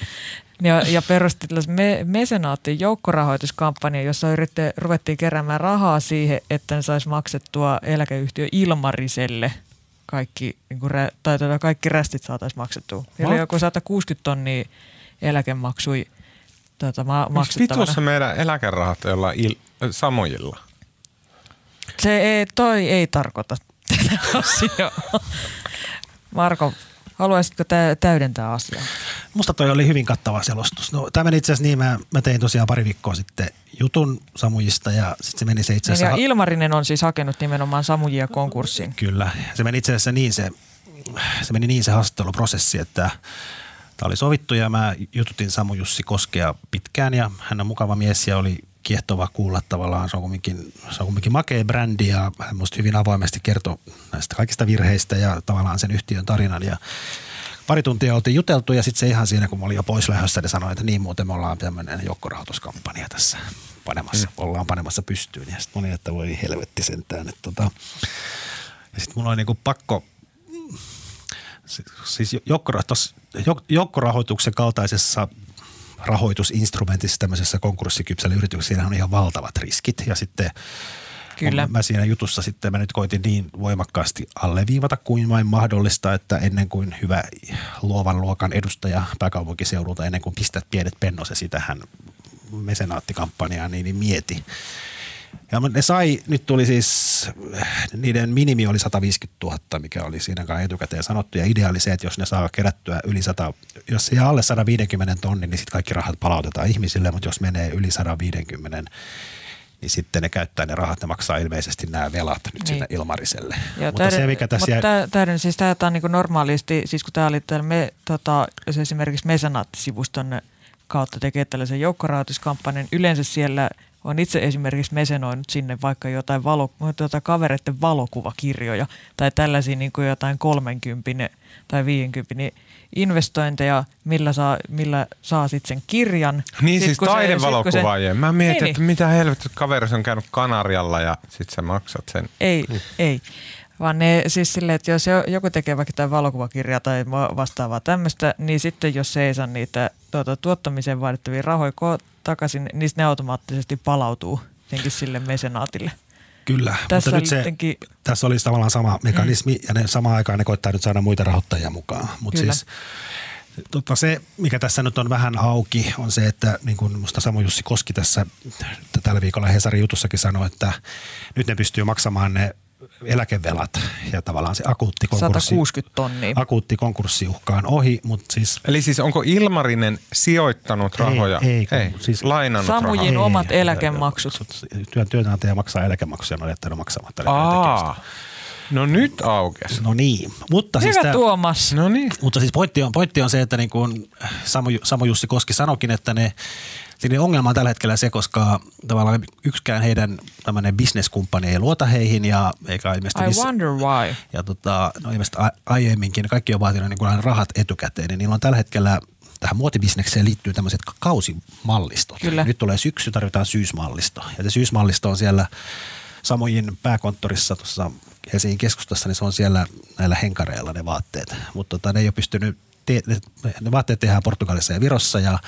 ja, ja perusti me, mesenaattiin joukkorahoituskampanjan, jossa yritti, ruvettiin keräämään rahaa siihen, että ne saisi maksettua eläkeyhtiö Ilmariselle kaikki, niin kuin, tai tuota, kaikki rästit saataisiin maksettua. Eli joku sata kuusikymmentä tonnia eläkemaksui tuota, ma- maksettavana. Vitussa meidän eläkerahat jollain il- Samujilla? Se ei, toi ei tarkoita tätä asiaa. Marko, haluaisitko tä- täydentää asiaa? Musta toi oli hyvin kattava selostus. No, tämä meni itse asiassa niin, mä, mä tein tosiaan pari viikkoa sitten jutun Samujista ja sitten se meni se itse asiassa... Ja Ilmarinen on siis hakenut nimenomaan Samujia konkurssiin. Kyllä. Se meni itse asiassa niin se, se, meni niin se haastatteluprosessi, että tämä oli sovittu ja mä jututin Samu Jussi Koskea pitkään ja hän on mukava mies ja oli kiehtova kuulla tavallaan. Se on kumminkin, se on kumminkin makea brändi ja hän musta hyvin avoimesti kertoi näistä kaikista virheistä ja tavallaan sen yhtiön tarinan ja pari tuntia oltiin juteltu ja sitten se ihan siinä, kun mä olin jo pois lähdössä, niin sanoi, että niin muuten me ollaan tämmöinen joukkorahoituskampanja tässä panemassa, mm. ollaan panemassa pystyyn. Ja sitten mä olin, että voi helvetti sentään. Että tota. Ja sitten mulla oli niinku pakko, siis joukkorahoituksen kaltaisessa rahoitusinstrumentissa, tämmöisessä konkurssikypsällä yrityksessä, siinä on ihan valtavat riskit ja sitten Kyllä. Mä siinä jutussa sitten mä nyt koitin niin voimakkaasti alleviivata kuin vain mahdollista, että ennen kuin hyvä luovan luokan edustaja pääkaupunkiseudulta, ennen kuin pistät pienet pennose tähän mesenaattikampanjaan, niin, niin mieti, Ja ne sai, nyt tuli siis, niiden minimi oli sata viisikymmentätuhatta, mikä oli siinä kai etukäteen sanottu. Ja idea oli se, että jos ne saa kerättyä yli sata, jos se jää alle sata viisikymmentä tonnin, niin sitten kaikki rahat palautetaan ihmisille. Mutta jos menee yli sata viisikymmentä, niin sitten ne käyttää ne rahat, ne maksaa ilmeisesti nämä velat nyt niin sinne Ilmariselle. Ja mutta täyden, se, mikä tässä mutta jää... täyden, siis tämä on niin kuin normaalisti, siis kun tämä oli täällä, me, tota, jos esimerkiksi Mesenaatti-sivuston kautta tekee tällaisen joukkorahoituskampanjan, yleensä siellä on itse esimerkiksi mesenoinut sinne vaikka jotain, valo, jotain kavereiden valokuvakirjoja tai tällaisia niin kuin jotain kolmenkympinen tai viidenkympinen investointeja, millä saa, millä saa sitten sen kirjan. Niin sit, siis taidevalokuvaajien. Mä mietin, niin, että mitä helvetti, kaveri on käynyt Kanarialla ja sit sä maksat sen. Ei, mm. ei. Vaan ne siis silleen, että jos joku tekee vaikka jotain valokuvakirjaa tai vastaavaa tämmöistä, niin sitten jos se ei saa niitä tuota, tuottamiseen vaadittavia rahoja takaisin, niin ne automaattisesti palautuu jotenkin sille mesenaatille. Kyllä, tässä mutta nyt se, jotenkin... tässä oli tavallaan sama mekanismi mm. ja ne samaan aikaan ne koittaa nyt saada muita rahoittajia mukaan. Mutta siis tota, se, mikä tässä nyt on vähän auki, on se, että niin kuin musta Samu Jussi Koski tässä tällä viikolla Hesarin jutussakin sanoi, että nyt ne pystyy maksamaan ne eläkevelat ja tavallaan se akuutti konkurssi, sata kuusikymmentä tonnia. Akuutti konkurssiuhka on ohi, mutta siis... Eli siis onko Ilmarinen sijoittanut rahoja? Ei, ei, ei. Siis lainannut Samujin rahoja? omat ei, eläkemaksut. Työn, työnantaja maksaa eläkemaksuja, on jättänyt maksamatta. Aa, no nyt aukesi. No niin. Mutta Hyvä siis tää, Tuomas. No niin. Mutta siis pointti on, pointti on se, että niin kuin Samu, Samu Jussi Koski sanoikin, että ne Siinä ongelma on tällä hetkellä se, koska tavallaan yksikään heidän tämmöinen bisneskumppani ei luota heihin ja eikä ilmeisesti... I miss... wonder why. Ja tota, no ilmeisesti aiemminkin kaikki on vaatinut niin rahat etukäteen, niin niillä on tällä hetkellä tähän muotibisnekseen liittyy tämmöiset kausimallistot. Kyllä. Nyt tulee syksy, tarvitaan syysmallisto. Ja se syysmallisto on siellä Samujin pääkonttorissa tuossa Helsingin keskustassa, niin se on siellä näillä henkareilla ne vaatteet. Mutta tota, ne ei ole pystynyt, te- ne vaatteet tehdään Portugalissa ja Virossa ja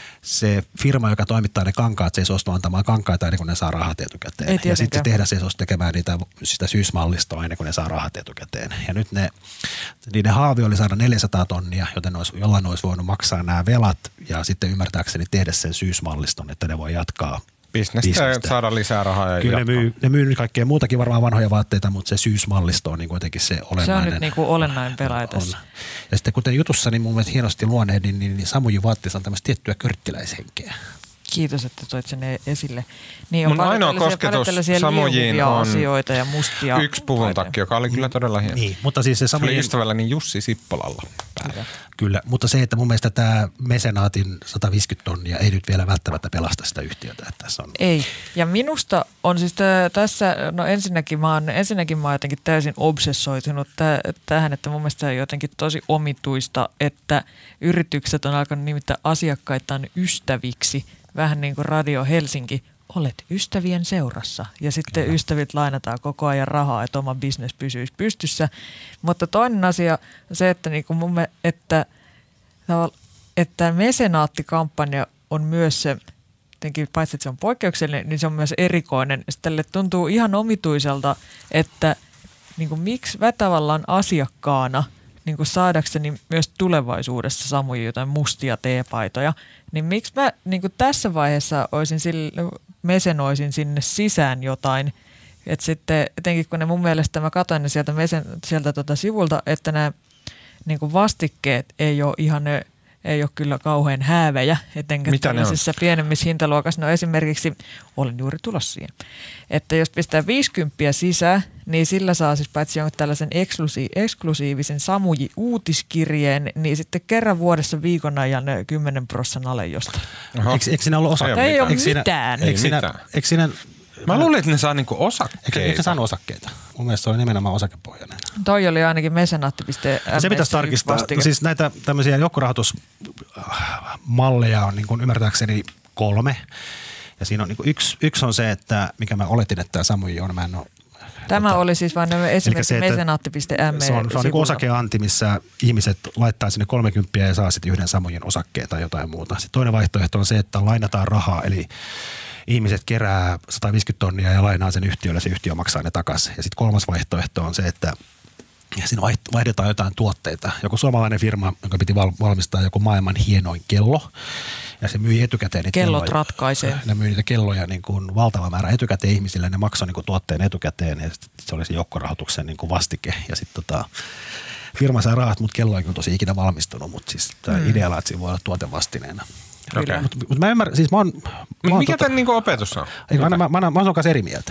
se firma, joka toimittaa ne kankaat, se ei suostu antamaan kankaita ennen kuin ne saa rahat etukäteen. Ja sitten tehdas ei suostu tekemään niitä, sitä syysmallistoa ennen kuin ne saa rahat etukäteen. Ja nyt ne, niiden haavi oli saada neljäsataa tonnia, joten olisi, jollain olisi voinut maksaa nämä velat ja sitten ymmärtääkseni tehdä sen syysmalliston, että ne voi jatkaa bisnestä, bisnestä. Saada lisää rahaa ja kyllä ne myy, ne myy nyt kaikkea muutakin varmaan vanhoja vaatteita, mutta se syysmallisto on niin kuitenkin se olennainen. Se on nyt niin kuin olennainen pelaaja tässä. Ja sitten kuten jutussa, niin mun mielestä hienosti luonnehdin, niin, niin Samujin vaatteessa on tämmöistä tiettyä körttiläishenkeä. Kiitos, että toit sen esille. Niin on mun paljon ainoa kosketus Samujiin on asioita ja mustia yksi puvun takki, joka oli kyllä todella hieno. Niin, mutta siis se Samujin... Se oli ystävälläni Jussi Sippolalla. Kyllä. Kyllä, mutta se, että mun mielestä tämä mesenaatin sata viisikymmentä tonnia ei nyt vielä välttämättä pelasta sitä yhtiötä. Että tässä on... Ei, ja minusta on siis tää, tässä, no ensinnäkin mä oon, ensinnäkin mä oon jotenkin täysin obsessoitunut täh, tähän, että mun mielestä on jotenkin tosi omituista, että yritykset on alkanut nimittää asiakkaitaan ystäviksi. Vähän niin kuin Radio Helsinki, olet ystävien seurassa. Ja sitten Kyllä. ystävät lainataan koko ajan rahaa, että oma bisnes pysyisi pystyssä. Mutta toinen asia on se, että, niin kuin mun me, että, että mesenaattikampanja on myös se, paitsi että se on poikkeuksellinen, niin se on myös erikoinen. Sitten tälle tuntuu ihan omituiselta, että niin kuin miksi mä tavallaan asiakkaana niin kuin saadakseni myös tulevaisuudessa Samuja jotain mustia teepaitoja, niin miksi mä niin kuin tässä vaiheessa olisin sille, mesenoisin sinne sisään jotain, että sitten etenkin kun ne mun mielestä mä katsoin ne sieltä, mesen, sieltä tota sivulta, että nämä niin kuin vastikkeet ei ole ihan ne, ei ole kyllä kauhean häävejä, etenkin tällaisissa pienemmissä hintaluokassa. No esimerkiksi, olen juuri tulossa siihen, että jos pistää viisikymmentä sisään, niin sillä saa siis paitsi jonkun tällaisen eksklusi- eksklusiivisen Samuji-uutiskirjeen, niin sitten kerran vuodessa viikon ajan kymmenen prosentin ale jostain. Eikö, eikö siinä ollut osakkeita? Ei ole eikö mitään. Eikö siinä, eikö siinä, Mä luulen, että ne saa niinku osakkeita. Eikö ne saanut osakkeita? Mun mielestä se oli nimenomaan osakepohjainen. Toi oli ainakin mesenaatti piste m. Se pitäisi tarkistaa. No siis näitä tämmöisiä joukkorahoitusmalleja on niin kuin ymmärtääkseni kolme. Ja siinä on niin kuin yksi, yksi on se, että mikä mä oletin, että tämä Samuji on, mä en ole. Tämä tota, oli siis vain esimerkiksi mesenaatti piste m. Se on, se on niin kuin osakeanti, missä ihmiset laittaa sinne kolmekymmentä ja saa sitten yhden Samujin osakkeen tai jotain muuta. Sitten toinen vaihtoehto on se, että lainataan rahaa, eli ihmiset kerää sata viisikymmentä tonnia ja lainaa sen yhtiölle, se yhtiö maksaa ne takaisin. Ja sitten kolmas vaihtoehto on se, että siinä vaihdetaan jotain tuotteita. Joku suomalainen firma, joka piti valmistaa joku maailman hienoin kello, ja se myi etukäteen niitä Kellot kelloja. ratkaisee. Ne myi niitä kelloja niin kuin valtava määrä etukäteen ihmisille, ne maksoi niin kuin tuotteen etukäteen ja se oli se joukkorahoituksen niin kuin vastike ja sitten tota, firma sai rahat, mutta kello ei kyllä tosi ikinä valmistunut, mutta siis tämä mm. idealla, että siinä voi olla tuotevastineena. Okay. Mutta mut mä ymmärrän, siis mä oon... Mä oon mikä tota, tämän niinku opetus on? Ei, mä, mä, mä, mä, mä oon sun kanssa eri mieltä.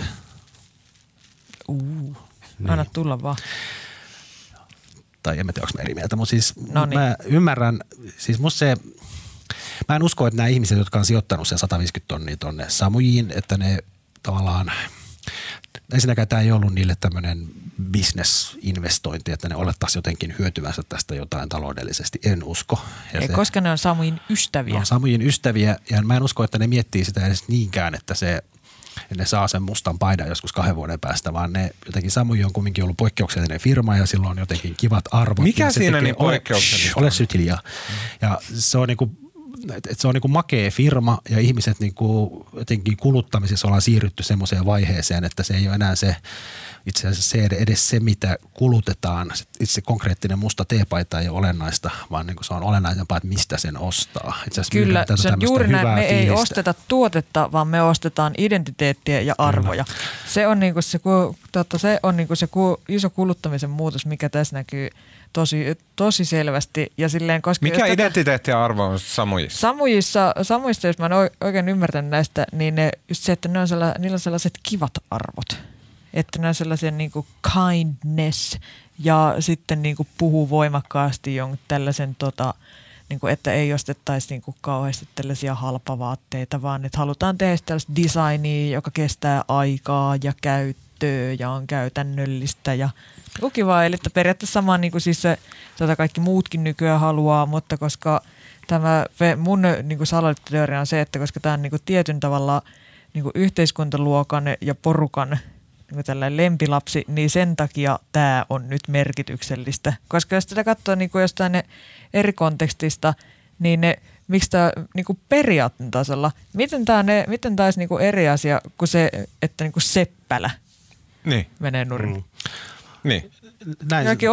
Uh, niin. Anna tulla vaan. Tai en mä tiedä, onko mä eri mieltä, mutta siis no niin. mä ymmärrän, siis musta se, mä en usko, että nämä ihmiset, jotka on sijoittanut sen sata viisikymmentä tonnia tonne Samujiin, että ne tavallaan, ensinnäkään tämä ei ollut niille tämmöinen business-investointi, että ne olettaisiin jotenkin hyötyvänsä tästä jotain taloudellisesti, en usko. Ja ei, se, koska ne on Samujin ystäviä. Ne on Samujin ystäviä ja mä en usko, että ne miettii sitä edes niinkään, että se ne saa sen mustan paidan joskus kahden vuoden päästä, vaan ne jotenkin Samuji on kumminkin ollut poikkeuksellinen firma ja sillä on jotenkin kivat arvot. Mikä siinä niin poikkeuksellista? Ole, ole syt hiljaa. Ja se on niinku, että se on niinku makea firma ja ihmiset niinku jotenkin kuluttamisessa ollaan siirrytty semmoiseen vaiheeseen, että se ei ole enää se itse asiassa se edes se, mitä kulutetaan, itse konkreettinen musta teepaita ei ole olennaista, vaan niin kuin se on olennaisempaa, että mistä sen ostaa. Kyllä, se on juuri näin. Me fiilistä. Ei osteta tuotetta, vaan me ostetaan identiteettiä ja arvoja. Kyllä. Se on, niin kuin se, totta, se, on niin kuin se iso kuluttamisen muutos, mikä tässä näkyy tosi, tosi selvästi. Ja silleen, koska mikä identiteetti ja arvo on Samujissa? Samujissa, Samujissa, jos mä en oikein ymmärtänyt näistä, niin ne, just se, että ne on sella, niillä on sellaiset kivat arvot. Että ne on sellaisia niin kuin kindness ja sitten niin kuin puhuu voimakkaasti jonkun tällaisen, tota, niin kuin, että ei ostettaisi niin kuin kauheasti tällaisia halpavaatteita, vaan että halutaan tehdä tällaista designia, joka kestää aikaa ja käyttöä ja on käytännöllistä ja niin kivaa. Eli periaatteessa sama niin kuin siis se, tota kaikki muutkin nykyään haluaa, mutta koska tämä mun niin kuin salaliittoteoria on se, että koska tämä on niin kuin tietyn tavalla niin kuin yhteiskuntaluokan ja porukan niin tällainen lempilapsi, niin sen takia tämä on nyt merkityksellistä. Koska jos tätä katsoo niin kuin jostain ne eri kontekstista, niin ne, miksi tämä niin kuin periaatteen tasolla, miten tämä, ne, miten tämä olisi niin kuin eri asia kuin se, että niin kuin seppälä niin. menee nurin. Mm. Niin. Jokin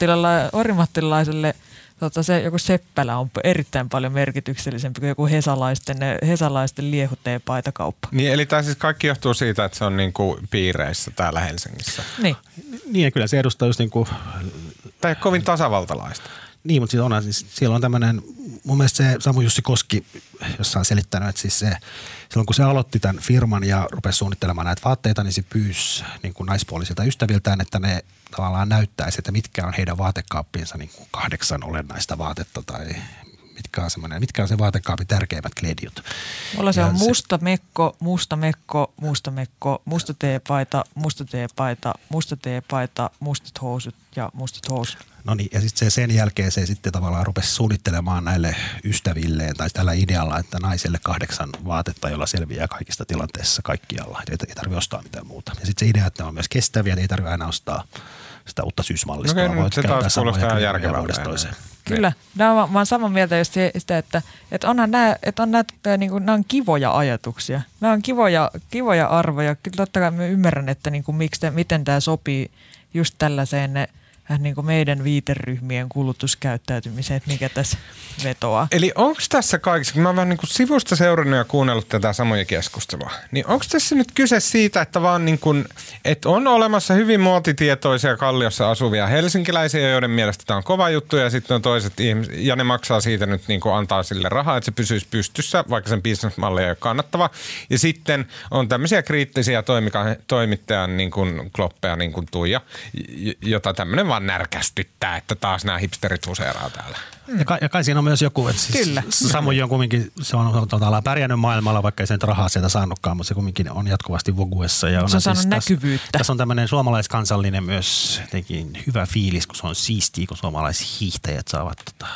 orimattilaiselle tota, se joku seppälä on erittäin paljon merkityksellisempi kuin joku hesalaisten, hesalaisten liehuteepaitakauppa. Niin, eli tämä siis kaikki johtuu siitä, että se on niin kuin piireissä täällä Helsingissä. Niin. Niin, ja kyllä se edustaa just niin kuin... Tämä ei ole kovin tasavaltalaista. Niin, mutta siis onhan, siis siellä on tämmöinen, mun mielestä se Samu Jussi Koski jossain selittänyt, että siis se, silloin kun se aloitti tämän firman ja rupesi suunnittelemaan näitä vaatteita, niin se pyysi niin kuin naispuolisilta ystäviltään, että ne tavallaan näyttäisi, että mitkä on heidän vaatekaappiinsa niin kuin kahdeksan olennaista vaatetta tai mitkä on, semmoinen, mitkä on se vaatekaapin tärkeimmät klediot. Mulla se on musta mekko, musta mekko, musta mekko, musta teepaita, musta teepaita, musta teepaita, mustat housut ja mustat housut. No niin, ja sitten sen jälkeen se sitten tavallaan rupesi suunnittelemaan näille ystävilleen tai tällä idealla, että naiselle kahdeksan vaatetta, jolla selviää kaikista tilanteissa kaikkialla. Ei, ei tarvitse ostaa mitään muuta. Ja sitten se idea, että ne on myös kestäviä, että ei tarvitse aina ostaa sitä uutta syysmallistoa. Okei, nyt se taas kuulostaa järkevältä. Kyllä. Nämä, mä oon saman mieltä just sitä, että, että onhan nämä, että on nämä, niin kuin, nämä on kivoja ajatuksia. Nämä on kivoja, kivoja arvoja. Kyllä totta kai mä ymmärrän, että niin kuin, miksi, miten tämä sopii just tällaiseen niin kuin meidän viiteryhmien kulutuskäyttäytymiseen, että mikä tässä vetoaa. Eli onko tässä kaikissa, kun mä oon vähän niin kuin sivusta seurannut ja kuunnellut tätä samoja keskustelua, niin onko tässä nyt kyse siitä, että vaan niin kuin, että on olemassa hyvin muotitietoisia Kalliossa asuvia helsinkiläisiä, joiden mielestä tämä on kova juttu ja sitten on toiset ihmiset, ja ne maksaa siitä nyt niin kuin antaa sille rahaa, että se pysyisi pystyssä, vaikka sen bisnesmalli ei ole kannattava. Ja sitten on tämmöisiä kriittisiä toimittajan niin kuin kloppeja, niin kuin Tuija, jota tämmöinen vaan närkästyttää, että taas nämä hipsterit huseeraa täällä. Ja kai, ja kai siinä on myös joku, että siis Kyllä. Samoin on kumminkin, se on tavallaan pärjännyt maailmalla, vaikka ei sen rahaa sieltä saanutkaan, mutta se kumminkin on jatkuvasti Voguessa. Ja se on saanut siis näkyvyyttä. Tässä, tässä on tämmöinen suomalaiskansallinen myös jotenkin hyvä fiilis, kun se on siistiä, kun suomalaishiihtäjät saavat tota,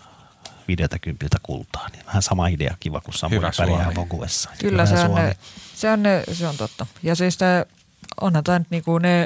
videota kympiltä kultaa. Niin vähän sama idea, kiva, kun Samoin pärjää Voguessa. Kyllä, se on, ne, se, on ne, se on totta. Ja siis tämä, onhan tämä nyt niinku ne,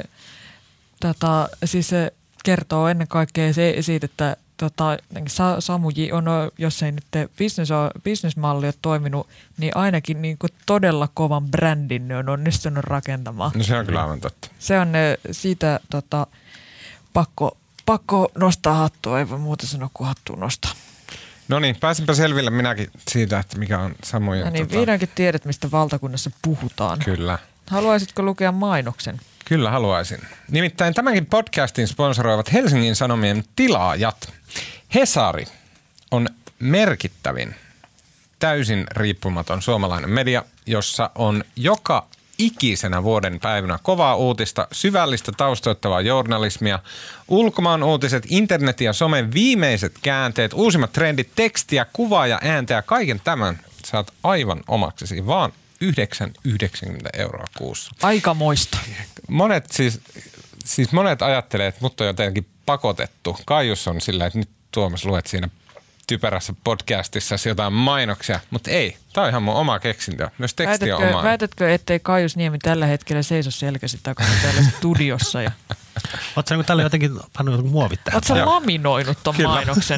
tota, siis se kertoo ennen kaikkea se, siitä, että tota, Samuji on, jos ei nyt business, businessmalli ole toiminut, niin ainakin niin kuin todella kovan brändin ne on onnistunut rakentamaan. No se on kyllä aivan totta. Se on siitä tota, pakko, pakko nostaa hattua, ei voi muuta sanoa kuin hattua nostaa. No niin, pääsinpä selville minäkin siitä, että mikä on samoja. No niin, tota... vihdoinkin tiedät, mistä valtakunnassa puhutaan. Kyllä. Haluaisitko lukea mainoksen? Kyllä haluaisin. Nimittäin tämänkin podcastin sponsoroivat Helsingin Sanomien tilaajat. Hesari on merkittävin, täysin riippumaton suomalainen media, jossa on joka ikisenä vuoden päivänä kovaa uutista, syvällistä taustoittavaa journalismia, ulkomaan uutiset, internet ja somen viimeiset käänteet, uusimmat trendit, tekstiä, kuvaa ja ääntä ja kaiken tämän saat aivan omaksesi vaan yhdeksän pilkku yhdeksänkymmentä euroa kuussa. Aikamoista. Monet siis, siis monet ajattelee, että mut on jotenkin pakotettu. Kaius on sillä, että nyt Tuomas luet siinä typerässä podcastissa jotain mainoksia, mutta ei. Tämä on ihan mun oma keksintö. Myös teksti on oma. Väitätkö, ettei Kaius Niemi tällä hetkellä seiso selkäsi takana täällä studiossa? Ja... Oletko sä niin tällä jotenkin pannut muovit tähän? Oletko sä laminoinut ton Kyllä. mainoksen?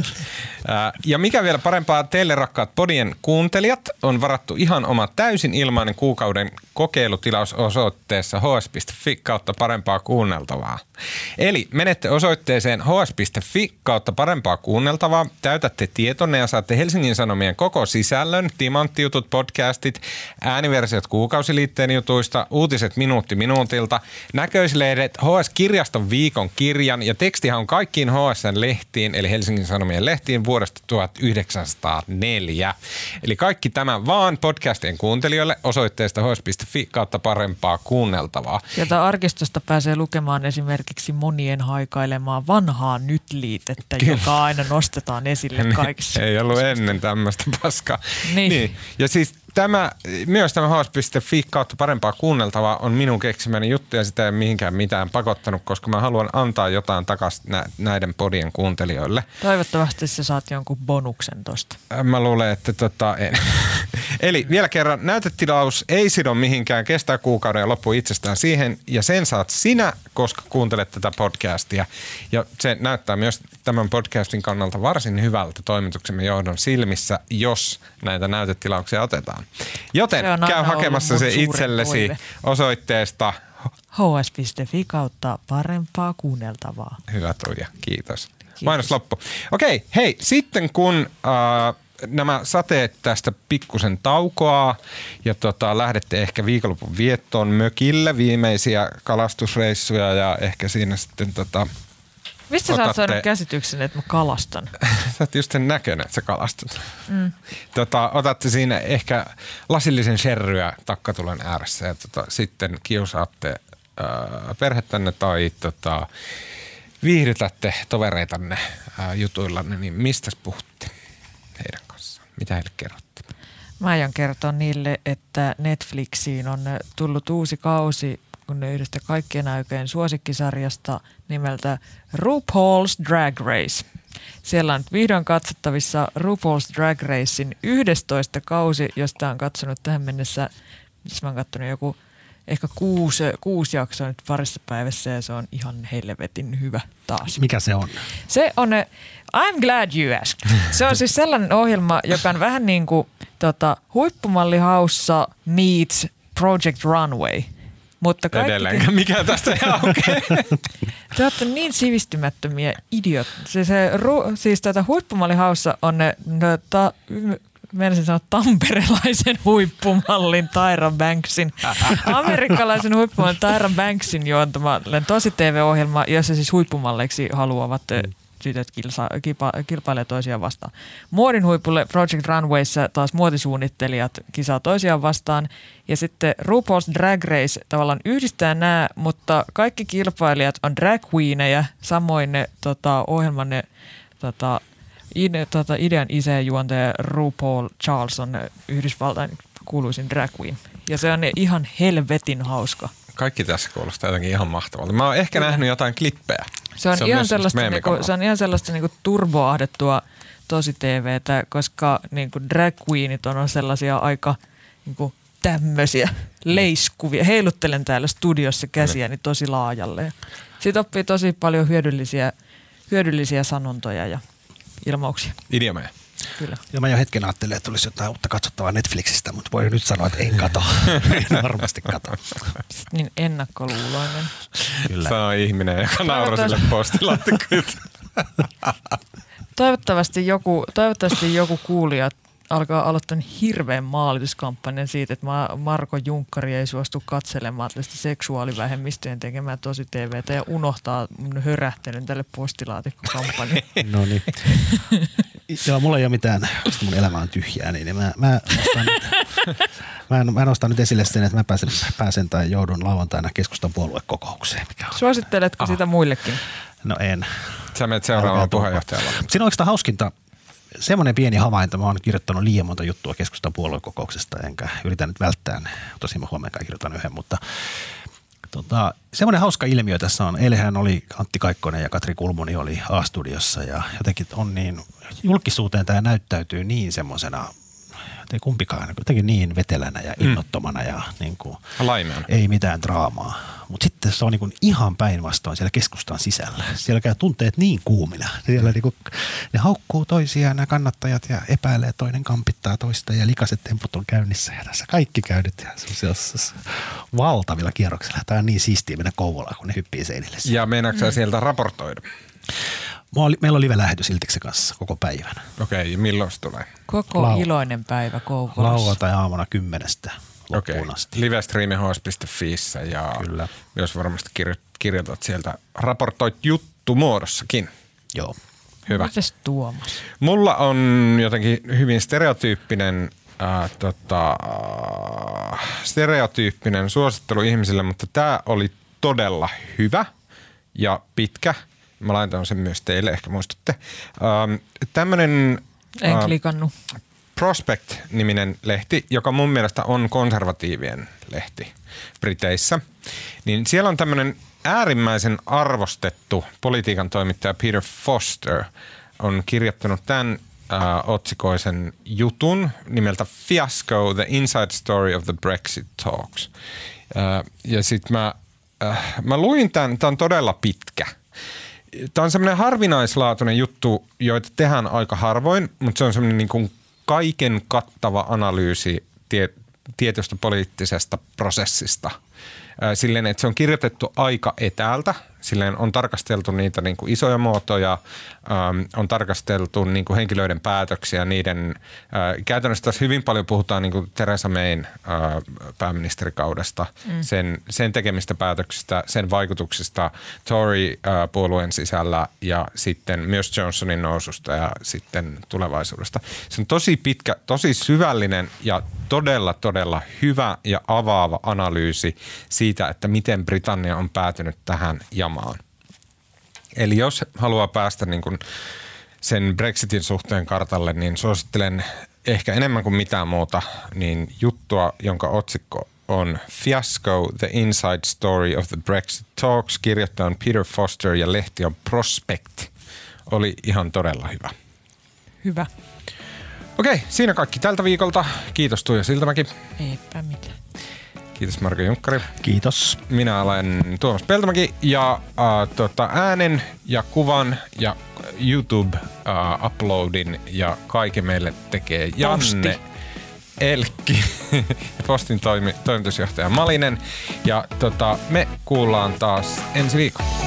Ja mikä vielä parempaa, teille rakkaat podien kuuntelijat, on varattu ihan oma täysin ilmainen kuukauden kokeilutilaus osoitteessa h s piste f i kautta parempaa kuunneltavaa. Eli menette osoitteeseen h s piste f i kautta parempaa kuunneltavaa, täytätte tietonne ja saatte Helsingin Sanomien koko sisällön, timanttijutut, podcastit, ääniversiot kuukausiliitteen jutuista, uutiset minuutti minuutilta, näköislehdet, H S-kirjaston viikon kirjan ja tekstihan on kaikkiin H S-lehtiin, eli Helsingin Sanomien lehtiin vuodesta tuhatyhdeksänsataaneljä. Eli kaikki tämä vaan podcastien kuuntelijoille osoitteesta h s piste f i kautta parempaa kuunneltavaa. Jota arkistosta pääsee lukemaan esimerkiksi monien haikailemaa vanhaa nyt-liitettä, Kyllä. joka aina nostetaan esille kaikissa. Ei ollut ennen tämmöistä paskaa. Niin. niin. Ja siis tämä, myös tämä h s piste f i kautta parempaa kuunneltavaa on minun keksimäni juttu ja sitä ei mihinkään mitään pakottanut, koska mä haluan antaa jotain takaisin nä- näiden podien kuuntelijoille. Toivottavasti sä saat jonkun bonuksen tosta. Mä luulen, että tota en. Eli vielä kerran, näytetilaus ei sido mihinkään, kestää kuukauden ja loppuu itsestään siihen ja sen saat sinä, koska kuuntelet tätä podcastia. Ja se näyttää myös tämän podcastin kannalta varsin hyvältä toimituksemme johdon silmissä, jos näitä näytetilauksia otetaan. Joten käy hakemassa se itsellesi toive. Osoitteesta h s piste f i kautta parempaa kuunneltavaa. Hyvä Tuija, kiitos. kiitos. Mainos loppu. Okei, hei, sitten kun äh, nämä sateet tästä pikkusen taukoaa ja tota, lähdette ehkä viikonlopun viettoon mökille, viimeisiä kalastusreissuja ja ehkä siinä sitten tota, mistä otatte... sä oot saanut käsityksen, että mä kalastan? Sä oot just sen näköinen, että sä kalastat. Mm. Tota, otatte siinä ehkä lasillisen sherryä takkatulen ääressä ja tota, sitten kiusaatte ää, perhettänne tai tota, viihdytätte tovereitanne ää, jutuillanne, niin mistäs puhutte heidän kanssaan? Mitä heille kerrotte? Mä aion kertoa niille, että Netflixiin on tullut uusi kausi kun yhdestä kaikkien aikojen suosikkisarjasta nimeltä RuPaul's Drag Race. Siellä on vihdoin katsottavissa RuPaul's Drag Racein yhdestoista kausi, josta on katsonut tähän mennessä, missä mä oon katsonut joku ehkä kuusi, kuusi jaksoa nyt parissa päivässä ja se on ihan helvetin hyvä taas. Mikä se on? Se on, I'm glad you asked. Se on siis sellainen ohjelma, joka on vähän niin kuin tota, Huippumallihaussa meets Project Runway. Mutta kaikki... Edelleen. Mikä tästä ei aukee? Te olette niin sivistymättömiä idiot. Siis, se, ru, siis tätä Huippumallihaussa on ne, ne ta, menisin sanoa tamperelaisen huippumallin Tyra Banksin, amerikkalaisen huippumallin Tyra Banksin juontama tosi T V-ohjelma, jossa siis huippumalleiksi haluavat mm. tytöt kilsa, kipa, kilpailee toisiaan vastaan. Muodin huipulle Project Runwayssa taas muotisuunnittelijat kisaa toisiaan vastaan. Ja sitten RuPaul's Drag Race tavallaan yhdistää nämä, mutta kaikki kilpailijat on drag queeneja. Samoin ne tota, ohjelman ne, tota, ide, tota, idean isä ja juontaja RuPaul Charles on Yhdysvaltain kuuluisin drag queen. Ja se on ihan helvetin hauska. Kaikki tässä kuulostaa jotenkin ihan mahtavalta. Mä oon ehkä nähnyt jotain klippejä. Se on, se on ihan sellaista, niinku, se on ihan sellaista niinku turboahdettua tosi T V:tä, koska niinku drag queenit on sellaisia aika niinku tämmöisiä leiskuvia. Heiluttelen täällä studiossa käsiäni tosi laajalle. Siitä oppii tosi paljon hyödyllisiä, hyödyllisiä sanontoja ja ilmauksia. Idiomeja. Kyllä. Ja mä jo hetken ajattelin, että tulisi jotain uutta katsottavaa Netflixistä, mutta voi nyt sanoa, että en kato. En varmasti kato. Niin ennakkoluuloinen. Kyllä. Sano ihminen, joka nauroi sille postilaatikkoon. Toivottavasti joku, toivottavasti joku kuulija alkaa aloittaa hirveän maalituskampanjan siitä, että Marko Junkkari ei suostu katselemaan tästä seksuaalivähemmistöjen tekemää tosi T V:tä ja unohtaa mun hörähtelyn tälle postilaatikkokampanjalle. No niin. Joo, mulla ei ole mitään, koska mun elämä on tyhjää, niin mä, mä, nostan, mä, en, mä nostan nyt esille sen, että mä pääsen, pääsen tai joudun lauantaina keskustan puoluekokoukseen. Mikä on. Suositteletko Aha. sitä muillekin? No en. Sä menet seuraavaan puheenjohtajalla. Siinä on oikeastaan hauskinta. Semmoinen pieni havainto, mä oon kirjoittanut liian monta juttua keskustan puoluekokouksesta, enkä yritän nyt välttää ne. Tosin mä huomenkaan kirjoitan yhden, mutta tota, semmoinen hauska ilmiö tässä on. Eilenhän oli Antti Kaikkonen ja Katri Kulmuni oli A-studiossa ja jotenkin on niin, julkisuuteen tämä näyttäytyy niin semmoisena, ei kumpikaan, jotenkin niin vetelänä ja innottomana ja niin kuin, ei mitään draamaa. Mutta sitten se on niin kuin ihan päinvastoin siellä keskustan sisällä. Siellä käy tunteet niin kuumina. Siellä niin kuin, ne haukkuu toisiaan nämä kannattajat ja epäilee, toinen kampittaa toista ja likaiset temput on käynnissä. Ja tässä kaikki käynyt ja semmoisessa valtavilla kierroksilla. Tämä on niin siistiä mennä Kouvolaan, kun ne hyppii seinille. Ja meinaatko sä sieltä raportoida? Meillä on live-lähetys Iltiksen kanssa koko päivän. Okei, ja milloin se tulee? Koko Lau- iloinen päivä Kouvolassa. Lauantai-aamuna kymmenestä loppuun asti. Livestreami h s piste f issä ja Kyllä. Myös varmasti kirjo- kirjoitat sieltä, raportoit juttumuodossakin. Joo. Hyvä. Mites Tuomas? Mulla on jotenkin hyvin stereotyyppinen, äh, tota, stereotyyppinen suosittelu ihmisille, mutta tää oli todella hyvä ja pitkä. Mä laitan sen myös teille, ehkä muistutte. Ähm, tämmönen En äh, klikannut. Prospect-niminen lehti, joka mun mielestä on konservatiivien lehti Briteissä, niin siellä on tämmöinen äärimmäisen arvostettu politiikan toimittaja Peter Foster on kirjoittanut tämän äh, otsikoisen jutun nimeltä Fiasco, the inside story of the Brexit talks. Äh, ja sit mä, äh, mä luin tämän, tämä on todella pitkä. Tämä on semmoinen harvinaislaatuinen juttu, joita tehdään aika harvoin, mutta se on semmoinen niin kuin kaiken kattava analyysi tie, tietystä poliittisesta prosessista. Silleen, että se on kirjoitettu aika etäältä. Silleen on tarkasteltu niitä niin kuin isoja muotoja, ähm, on tarkasteltu niin kuin henkilöiden päätöksiä, niiden äh, käytännössä tässä hyvin paljon puhutaan niin kuin Theresa Mayn äh, pääministerikaudesta, mm. sen, sen tekemistä päätöksistä, sen vaikutuksista Tory-puolueen sisällä ja sitten myös Johnsonin noususta ja sitten tulevaisuudesta. Se on tosi pitkä, tosi syvällinen ja todella, todella hyvä ja avaava analyysi siitä, että miten Britannia on päätynyt tähän jamaan. Eli jos haluaa päästä niin kuin sen Brexitin suhteen kartalle, niin suosittelen ehkä enemmän kuin mitään muuta, niin juttua, jonka otsikko on Fiasco, the inside story of the Brexit talks. Kirjoittaja on Peter Foster ja lehti on Prospect. Oli ihan todella hyvä. Hyvä. Okei, siinä kaikki tältä viikolta. Kiitos Tuija Siltamäki. Eipä mitään. Kiitos Marko Junkkari. Kiitos. Minä olen Tuomas Peltomäki ja äh, tota, äänen ja kuvan ja YouTube-uploadin äh, ja kaiken meille tekee Janne Posti. Elkki ja Postin toimi, toimitusjohtaja Malinen. Ja tota, me kuullaan taas ensi viikolla.